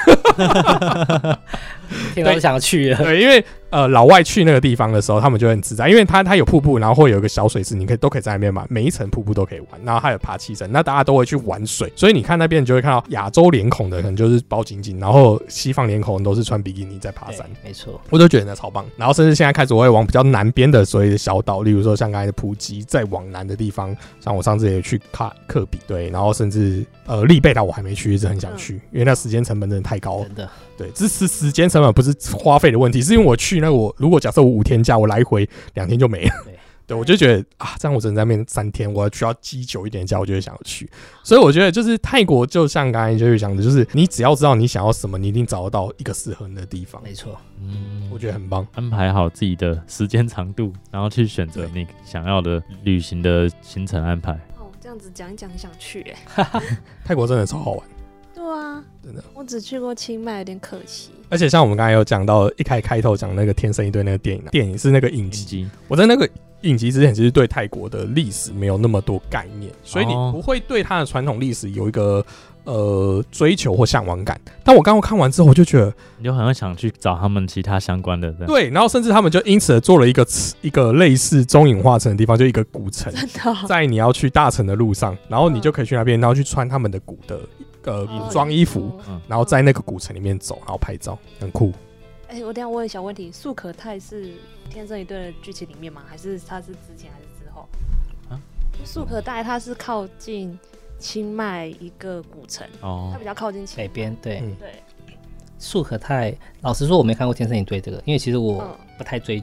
S5: 听到想去了。
S1: 对，因为老外去那个地方的时候，他们就很自在，因为它有瀑布，然后会有一个小水池，你都可以在那边玩，每一层瀑布都可以玩，然后还有爬7层，那大家都会去玩水，所以你看那边你就会看到亚洲脸孔的可能就是包紧紧，然后西方脸孔都是穿比基尼在爬山，
S5: 没错，
S1: 我都觉得那超棒。然后甚至现在开始我会往比较南边的所谓的小岛，例如说像刚才的普吉，再往南的地方，像我上次也去克比，对，然后甚至利贝岛我还没去，一直很想去，因为那时间成本真的太高了，
S5: 真的。
S1: 对，这是时间成本，不是花费的问题，是因为我去那我如果假设我5天假，我来回2天就没了。对，我就觉得啊，这样我只能在那边3天，我需要积久一点假，我就会想要去。所以我觉得就是泰国，就像刚才就是讲的，就是你只要知道你想要什么，你一定找得到一个适合你的地方。
S5: 没错，
S1: 我觉得很棒。
S2: 安排好自己的时间长度，然后去选择你想要的旅行的行程安排。
S3: 哦，这样子讲一讲，想去
S1: 泰国真的超好玩。
S3: 对啊，真的，我只去过清迈，有点可惜。
S1: 而且像我们刚才有讲到，一开头讲那个《天生一对》那个电影是那个影集。我在那个影集之前，其实对泰国的历史没有那么多概念，所以你不会对它的传统历史有一个追求或向往感。但我刚刚看完之后，我就觉得
S2: 你就很想去找他们其他相关的。
S1: 对，然后甚至他们就因此做了一个类似中影化城的地方，就一个古城，在你要去大城的路上，然后你就可以去那边，然后去穿他们的古装衣服，然后在那个古城里面走，然后拍照，很酷。
S3: 我等一下问一小问题，素可泰是天生一对的剧情里面吗？还是它是之前还是之后？素可泰它是靠近清迈一个古城，它比较靠近
S5: 北边。对。
S3: 对。
S5: 素可泰，老实说我没看过天生一对这个，因为其实我不太追剧。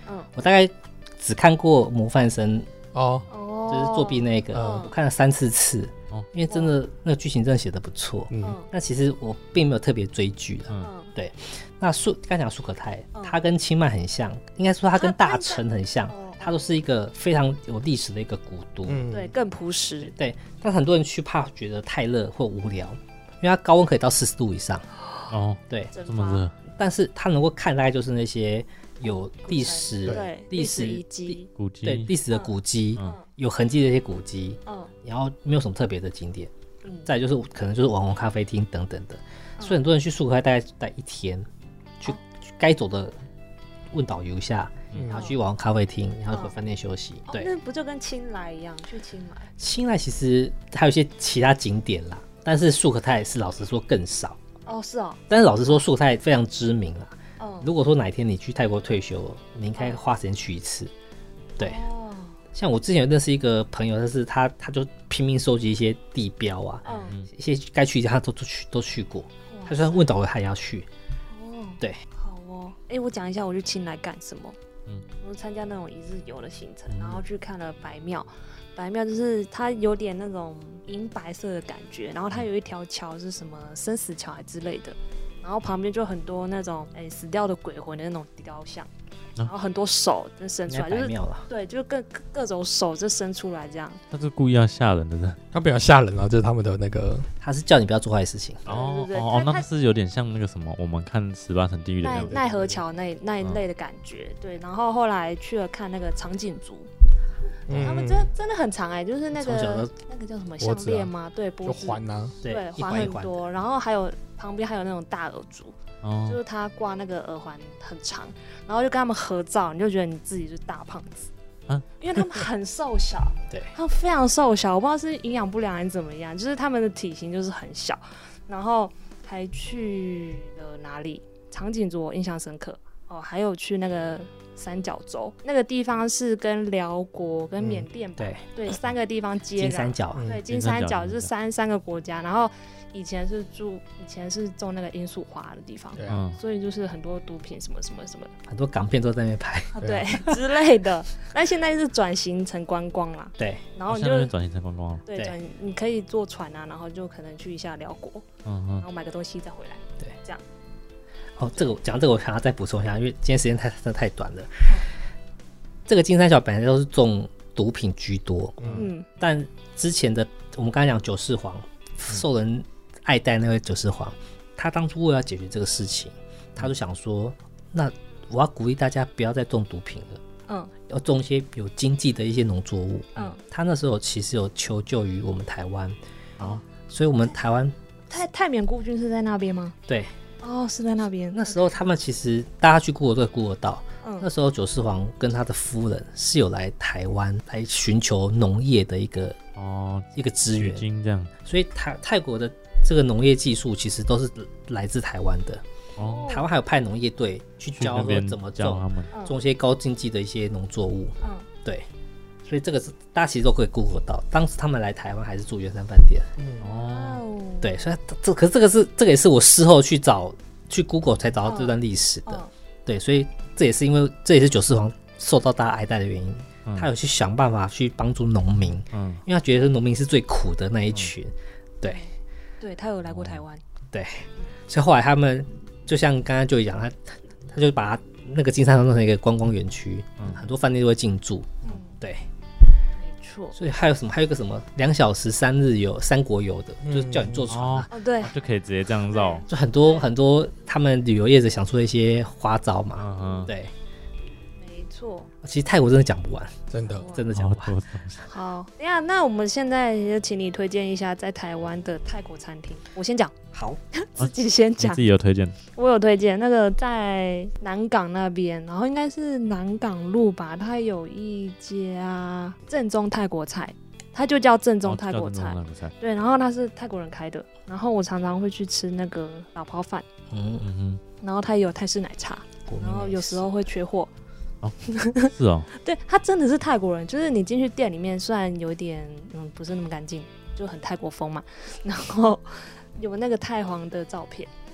S5: 我大概只看过模范生就是作弊那个，我看了3、4次，因为真的那个剧情真的写得不错。那其实我并没有特别追剧的，对。那刚讲苏可泰，他跟清迈很像，应该说他跟大城很像，它都是一个非常有历史的一个古都，
S3: 对，更朴实。
S5: 对，但很多人去怕觉得太热或无聊，因为它高温可以到40度以上。对，
S2: 这么热。
S5: 但是它能够看大概就是那些有历史
S3: 遗迹、
S2: 古迹，
S5: 对，历史的古迹，有痕迹的一些古迹，然后没有什么特别的景点，再就是可能就是网红咖啡厅等等的，所以很多人去苏可泰大概待1天，去该走的问导游一下，然后去网红咖啡厅，然后回饭店休息。对，
S3: 那不就跟清莱一样？去
S5: 清莱其实还有一些其他景点啦，但是苏可泰是老实说更少。
S3: 是哦。
S5: 但是老实说，苏可泰非常知名啦。如果说哪一天你去泰国退休，你应该花时间去一次。对。像我之前有认识一个朋友，但是他就拼命收集一些地标啊，一些该去的他都去过。他说问导游他也要去。对。
S3: 好哦。我讲一下我去清莱干什么。我参加那种1日游的行程，然后去看了白庙。白庙就是它有点那种银白色的感觉，然后它有一条桥是什么生死桥还之类的，然后旁边就很多那种死掉的鬼魂的那种雕像，然后很多手就伸出来，就是对，就各种手就伸出来这样。
S2: 他是故意要吓人的呢？
S1: 他不要吓人啊，就是他们的那个，
S5: 他是叫你不要做坏事情。
S2: 那是有点像那个什么，我们看18层地狱的
S3: 奈何桥那一类的感觉。对，然后后来去了看那个长颈族。他们真的很长就是那个叫什么项链吗？对，脖子
S1: 环啊，
S3: 对，环很多，然后还有旁边还有那种大耳珠，就是他挂那个耳环很长，然后就跟他们合照，你就觉得你自己是大胖子，因为他们很瘦小，
S5: 对，
S3: 他们非常瘦小，我不知道是营养不良还是怎么样，就是他们的体型就是很小，然后还去了哪里？长颈族我印象深刻还有去那个三角洲，那个地方是跟辽国跟缅甸对3个地方接壤。
S5: 金三角，
S3: 对，金三角就是三个国家，然后以前是种那个罂粟花的地方，所以就是很多毒品什么什么什么，
S5: 很多港片都在那边拍，
S3: 对之类的。但现在是转型成观光啦，
S5: 对，
S3: 然后你就
S2: 转型成观光，
S3: 对，你可以坐船啊，然后就可能去一下辽国，然后买个东西再回来，对，这样。
S5: 这个讲这个我想要再补充一下，因为今天时间太短了。这个金三角本来都是种毒品居多，但之前的我们刚才讲九世皇受人爱戴那位九世皇，他当初为了解决这个事情，他就想说，那我要鼓励大家不要再种毒品了，要种一些有经济的一些农作物。他那时候其实有求救于我们台湾，所以我们台湾
S3: 泰缅孤军是在那边吗？
S5: 对。
S3: 是在那边。
S5: 那时候他们其实大家去Google都会Google到，那时候九世皇跟他的夫人是有来台湾来寻求农业的一个资源，
S2: 这样。
S5: 所以泰国的这个农业技术其实都是来自台湾的。台湾还有派农业队去教怎么种一些高经济的一些农作物。对。所以这个是大家其实都可以 Google 到，当时他们来台湾还是住圆山饭店。对，所以可是这个也是我事后去 Google 才找到这段历史的。对，所以这也是因为这也是九世皇受到大家爱戴的原因，他有去想办法去帮助农民，因为他觉得农民是最苦的那一群。
S3: 对，他有来过台湾。
S5: 对，所以后来他们就像刚刚就讲，他就把那个金三角弄成一个观光园区，很多饭店都会进驻。对。所以还有什么？还有一个什么2小时3日游、3国游的，就是叫你坐船
S3: 对，
S2: 就可以直接这样绕。
S5: 就很多他们旅游业者想出了一些花招嘛。对，
S3: 没错。
S5: 其实泰国真的讲不完，
S1: 真的
S5: 讲不完。
S3: 好，那我们现在就请你推荐一下在台湾的泰国餐厅。我先讲。
S5: 好，
S3: 自己先讲。
S2: 你自己有推荐？
S3: 我有推荐，那个在南港那边，然后应该是南港路吧，它有一家正宗泰国菜，它就叫正宗泰国菜。对，然后它是泰国人开的，然后我常常会去吃那个老泡饭。然后它也有泰式奶茶，然后有时候会缺货。
S2: 是哦。
S3: 对，他真的是泰国人，就是你进去店里面，虽然有一点不是那么干净，就很泰国风嘛，然后有那个太皇的照片，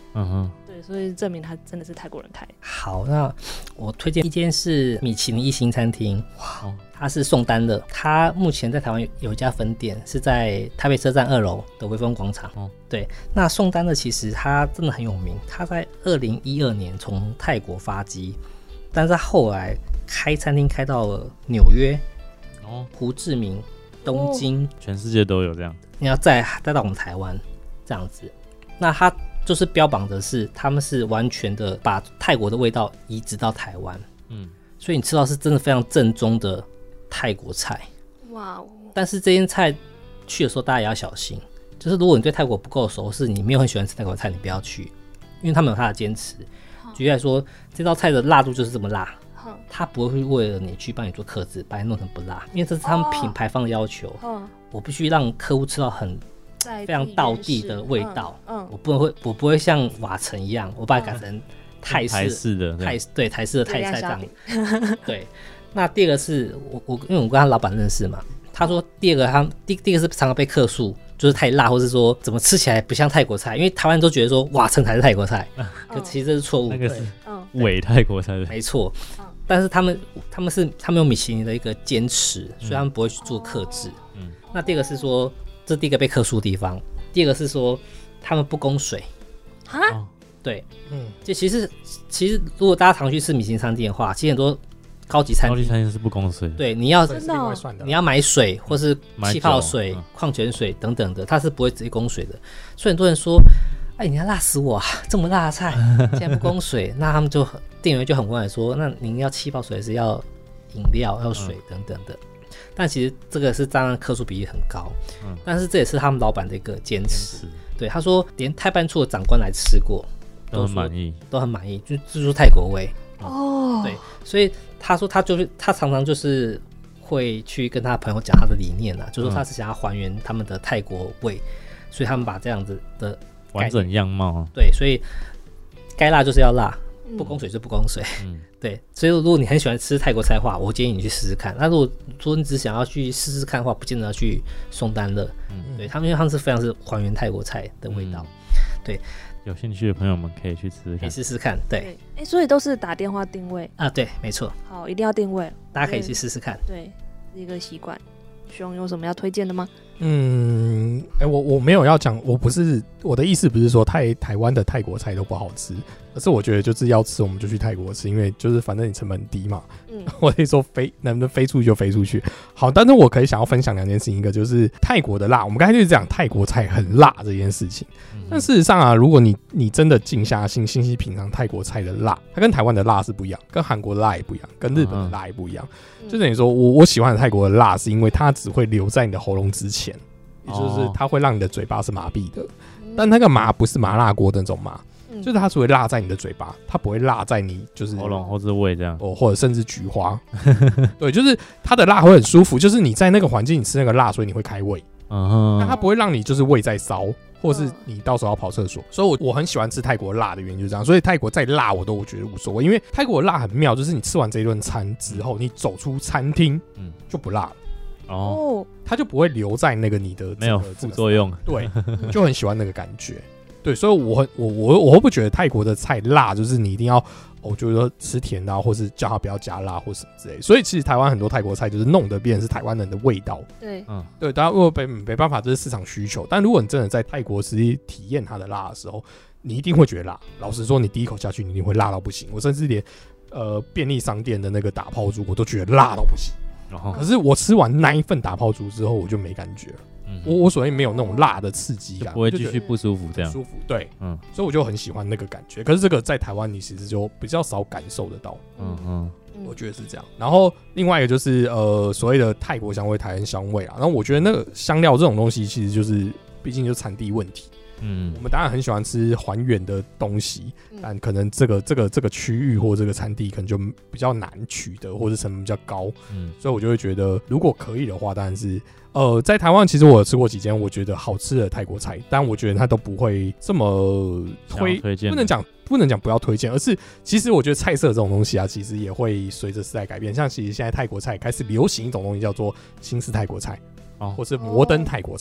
S3: 对，所以证明他真的是泰国人开。
S5: 好，那我推荐一间是米其林1星餐厅，哇，它是宋丹的，它目前在台湾有一家分店，是在台北车站2楼的微风广场。对，那宋丹的其实它真的很有名，它在2012年从泰国发迹，但是后来开餐厅开到了纽约、胡志明、东京，
S2: 全世界都有这样。
S5: 你要再到我们台湾这样子，那它就是标榜的是他们是完全的把泰国的味道移植到台湾，所以你吃到是真的非常正宗的泰国菜。哇哦！但是这间菜去的时候大家也要小心，就是如果你对泰国不够熟，是你没有很喜欢吃泰国菜，你不要去，因为他们有他的坚持。举例来说，这道菜的辣度就是这么辣，他不会为了你去帮你做客制，把你弄成不辣，因为这是他们品牌方的要求。我必须让客户吃到非常道地的味道。我不会像瓦城一样，我把它改成台式的台式的泰菜这样。对，那第二个是因为我跟他老板认识嘛，他说第二个第一个是常常被客诉，就是太辣，或是说怎么吃起来不像泰国菜，因为台湾人都觉得说瓦城才是泰国菜，可其实这是错误的。
S2: 那个是伪泰国菜，
S5: 没错。但是他们有米其林的一个坚持，所以他们不会去做客制。那第二个是说，这是第一个被客诉的地方。第二个是说，他们不供水。对，就其实如果大家常去吃米其林餐厅的话，其实很多高级餐
S2: 厅是不供水。
S5: 对，你要买水或是气泡水、矿泉水等等的，它是不会直接供水的。所以很多人说，哎，你要辣死我啊！这么辣的菜竟然不供水，那他们店员就很过来说，那您要气泡水还是要饮料、要水等等的。但其实这个是当然客数比例很高，但是这也是他们老板的一个坚持。对，他说连泰办处的长官来吃过，
S2: 都很满意，
S5: 就这就是泰国味。对，所以他说他常常就是会去跟他朋友讲他的理念就是说他是想要还原他们的泰国味，所以他们把这样子的
S2: 完整样貌。
S5: 对，所以该辣就是要辣，不供水就不供水。对，所以如果你很喜欢吃泰国菜的话，我建议你去试试看。那如果说你只想要去试试看的话，不见得要去松丹乐。对，他们是非常是还原泰国菜的味道。对，
S2: 有兴趣的朋友们可以去试试看。
S5: 对，
S3: 所以都是打电话定位
S5: 啊？对，没错。
S3: 好，一定要定位，
S5: 大家可以去试试看。
S3: 对，是一个习惯。熊有什么要推荐的吗？
S1: 我没有要讲，我的意思不是说台湾的泰国菜都不好吃，而是我觉得就是要吃我们就去泰国吃，因为就是反正你成本低嘛。我可以说能不能飞出去就飞出去。好，但是我可以想要分享2件事情，一个就是泰国的辣，我们刚才就是讲泰国菜很辣这件事情。但事实上如果你真的静下心细细品尝泰国菜的辣，它跟台湾的辣是不一样，跟韩国的辣也不一样，跟日本的辣也不一样。就等于说我喜欢的泰国的辣，是因为它只会留在你的喉咙之前，也就是它会让你的嘴巴是麻痹的。但那个麻不是麻辣锅的那种麻，就是它只会辣在你的嘴巴，它不会辣在你就是
S2: 喉咙或是胃这样，
S1: 或者甚至菊花。对，就是它的辣会很舒服，就是你在那个环境你吃那个辣，所以你会开胃。那它不会让你就是胃在烧，或是你到时候要跑厕所。所以我很喜欢吃泰国辣的原因就是这样。所以泰国再辣我觉得无所谓，因为泰国的辣很妙，就是你吃完这一顿餐之后，你走出餐厅就不辣了。它就不会留在那个你的
S2: 没有副作用。
S1: 对，就很喜欢那个感觉。对，所以我会不觉得泰国的菜辣，就是你一定要就是说吃甜的或是叫他不要加辣或什么之类的。所以其实台湾很多泰国菜就是弄得变成是台湾人的味道。
S3: 对，
S1: 对，大家如果没办法，这是市场需求。但如果你真的在泰国实际体验它的辣的时候，你一定会觉得辣。老实说，你第一口下去，你一定会辣到不行。我甚至连便利商店的那个打泡猪，我都觉得辣到不行。可是我吃完那一份打泡猪之后，我就没感觉了。我所谓没有那种辣的刺激感，
S2: 不会继续不舒服这样。
S1: 舒服，对，所以我就很喜欢那个感觉。可是这个在台湾你其实就比较少感受得到。我觉得是这样。然后另外一个就是所谓的泰国香味、台湾香味啊。然后我觉得那个香料这种东西，其实就是毕竟就产地问题。我们当然很喜欢吃还原的东西，但可能这个区域或这个产地可能就比较难取得，或者成本比较高。所以我就会觉得，如果可以的话，当然是在台湾其实我有吃过几间我觉得好吃的泰国菜，但我觉得它都不会这么推荐，不能讲不要推荐，而是其实我觉得菜色这种东西啊，其实也会随着时代改变。像其实现在泰国菜开始流行一种东西叫做新式泰国菜，或是摩登泰国菜。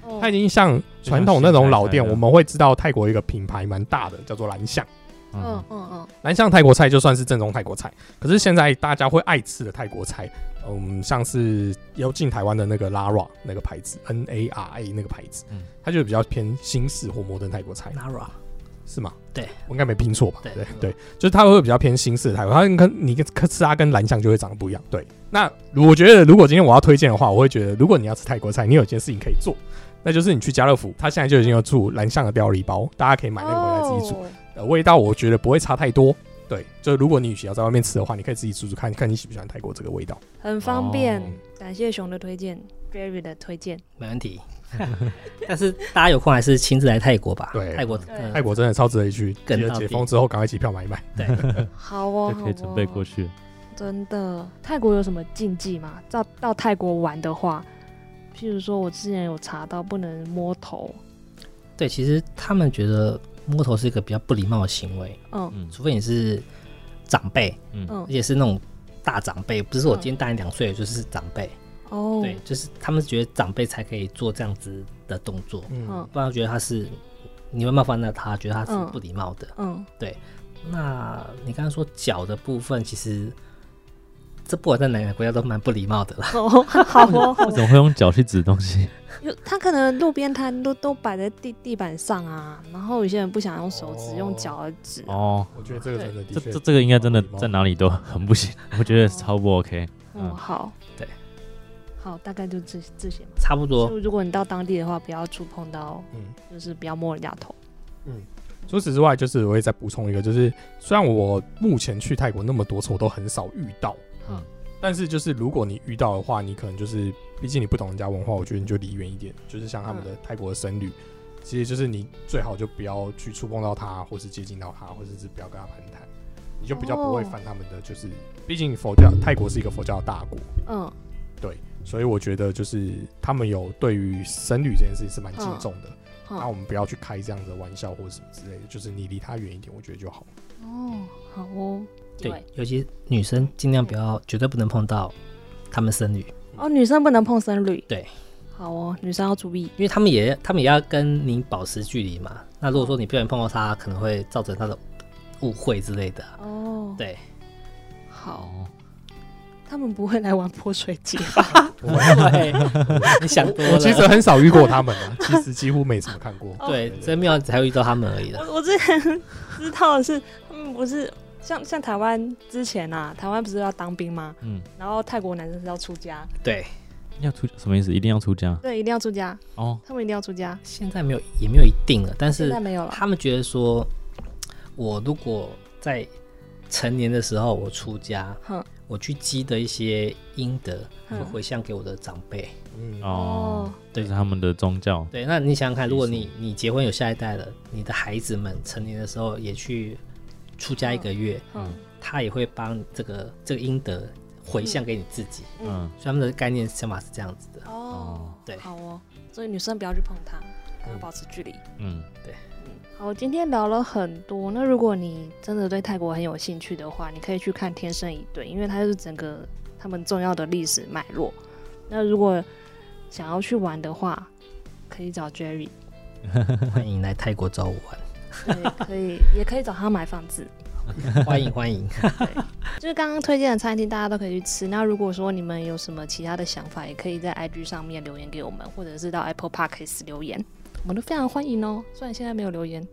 S1: 它已经像传统那种老店，我们会知道泰国有一个品牌蛮大的，叫做蓝象。蓝象泰国菜就算是正宗泰国菜，可是现在大家会爱吃的泰国菜，像是有进台湾的那个 Lara 那个牌子 NARA 那个牌子，它就比较偏新式或摩登泰国菜。
S5: Lara
S1: 是吗？
S5: 对，
S1: 我应该没拼错吧？对，就是它会比较偏新式的泰国，它你吃它跟蓝象就会长得不一样。对，那我觉得如果今天我要推荐的话，我会觉得如果你要吃泰国菜，你有一件事情可以做，那就是你去家乐福，它现在就已经有出蓝象的料理包，大家可以买那个回来自己煮。味道我觉得不会差太多。对，就如果你要在外面吃的话，你可以自己煮煮看，看你喜不喜欢泰国这个味道。
S3: 很方便，感谢熊的推荐 ，Jerry 的推荐，
S5: 没问题。但是大家有空还是亲自来泰国吧。
S1: 对，
S5: 泰
S1: 国真的超值得一去。解封之后赶快机票买一买。
S5: 对，
S3: 好哦，
S2: 就可以准备过去。
S3: 真的，泰国有什么禁忌吗？到泰国玩的话，譬如说我之前有查到不能摸头。
S5: 对，其实他们觉得摸头是一个比较不礼貌的行为。除非你是长辈，而且是那种大长辈，不是我今天大你2岁就是长辈。对，就是他们觉得长辈才可以做这样子的动作，不然觉得他是你会冒犯到他，觉得他是不礼貌的。对。那你刚刚说脚的部分，其实这不管在哪个国家都蛮不礼貌的啦。
S3: 好哦，
S2: 为什么会用脚去指东西？
S3: 他可能路边摊都摆在地板上啊，然后有些人不想用手指，用脚而指。
S1: 我觉得这个真的
S2: 这个应该真的在哪里都很不行，我觉得超不 OK。
S3: 好，
S5: 对。
S3: 好，大概就这些，
S5: 差不多。
S3: 如果你到当地的话，不要触碰到，就是不要摸人家头。
S1: 除此之外，就是我会再补充一个，就是虽然我目前去泰国那么多次，我都很少遇到，但是就是如果你遇到的话，你可能就是毕竟你不懂人家文化，我觉得你就离远一点。就是像他们的泰国的僧侣，其实就是你最好就不要去触碰到他，或是接近到他，或者是不要跟他攀谈，你就比较不会犯他们的，就是毕竟泰国是一个佛教的大国，对。所以我觉得就是他们有对于僧侣这件事情是蛮敬重的，那我们不要去开这样的玩笑或者什么之类的，就是你离他远一点，我觉得就好。
S3: 好哦。
S5: 对，尤其女生尽量不要，绝对不能碰到他们僧侣。
S3: 女生不能碰僧侣。
S5: 对。
S3: 好哦，女生要注意，
S5: 因为他们也要跟你保持距离嘛。那如果说你不小心碰到他，可能会造成他的误会之类的。对。
S3: 好。他们不会来玩泼水节吧？
S5: 不会，你想多了。
S1: 我其实很少遇过他们啊，其实几乎没怎么看过。
S5: 对，真庙才会遇到他们而已的。
S3: 我之前知道的是，他们不是像台湾之前啊，台湾不是要当兵吗？然后泰国男生是要出家。
S5: 对，
S2: 要出什么意思？一定要出家？
S3: 对，一定要出家。他们一定要出家。
S5: 现在没有，也没有一定了，但是
S3: 现在没有了。
S5: 他们觉得说，我如果在成年的时候我出家，我去积的一些阴德会回向给我的长辈。
S2: 对，是他们的宗教。
S5: 对，那你想想看，如果你结婚有下一代了，你的孩子们成年的时候也去出家1个月，他也会帮这个阴德回向给你自己。所以他们的概念想法是这样子的。对，
S3: 好哦，所以女生不要去碰它，要保持距离。
S5: 对。
S3: 好，今天聊了很多。那如果你真的对泰国很有兴趣的话，你可以去看《天生一对》，因为它是整个他们重要的历史脉络。那如果想要去玩的话，可以找 Jerry。
S5: 欢迎来泰国找我玩。
S3: 对，可以，也可以找他买房子。
S5: 欢迎。
S3: 对，就是刚刚推荐的餐厅，大家都可以去吃。那如果说你们有什么其他的想法，也可以在 IG 上面留言给我们，或者是到 Apple Podcast 留言。我们都非常欢迎哦，虽然现在没有留言。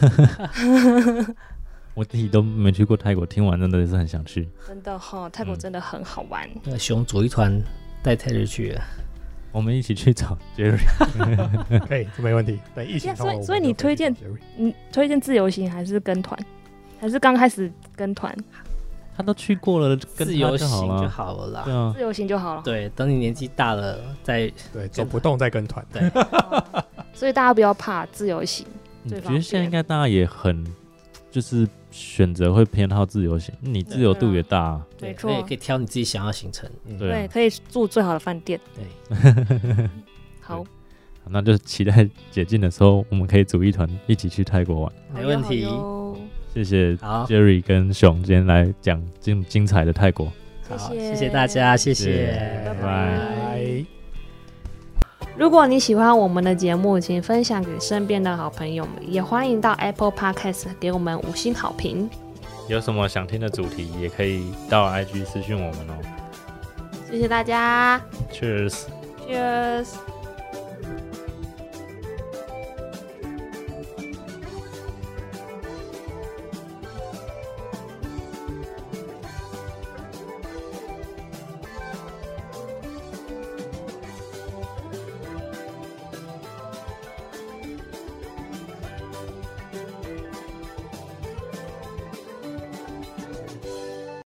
S2: 我自己都没去过泰国，听完真的是很想去。
S3: 真的泰国真的很好玩。
S5: 那熊组一团带泰日去了，
S2: 我们一起去找 Jerry。
S1: 可以，这没问题。对，疫情
S3: 所以你推荐自由行还是跟团，还是刚开始跟团？
S2: 他都去过了，跟
S5: 自由行就好了啦。
S2: 对啊，
S3: 自由行就好了。
S5: 对，等你年纪大了再
S1: 走不动再跟团。
S5: 对。
S3: 所以大家不要怕自由行，
S2: 我觉得现在应该大家也很就是选择会偏好自由行，你自由度也大，
S3: 没错，
S5: 可以挑你自己想要行程，
S3: 对，可以住最好的饭店，
S5: 对。
S3: 好，
S2: 那就期待解禁的时候，我们可以组一团一起去泰国玩，
S5: 没问题。
S2: 谢谢 Jerry 跟熊今天来讲精彩的泰国，
S5: 谢谢大家，谢谢，
S2: 拜拜。
S3: 如果你喜欢我们的节目，请分享给身边的好朋友们，也欢迎到 Apple Podcast 给我们5星好评。
S2: 有什么想听的主题，也可以到 IG 私讯我们哦。
S3: 谢谢大家
S2: ，Cheers。
S3: Cheers。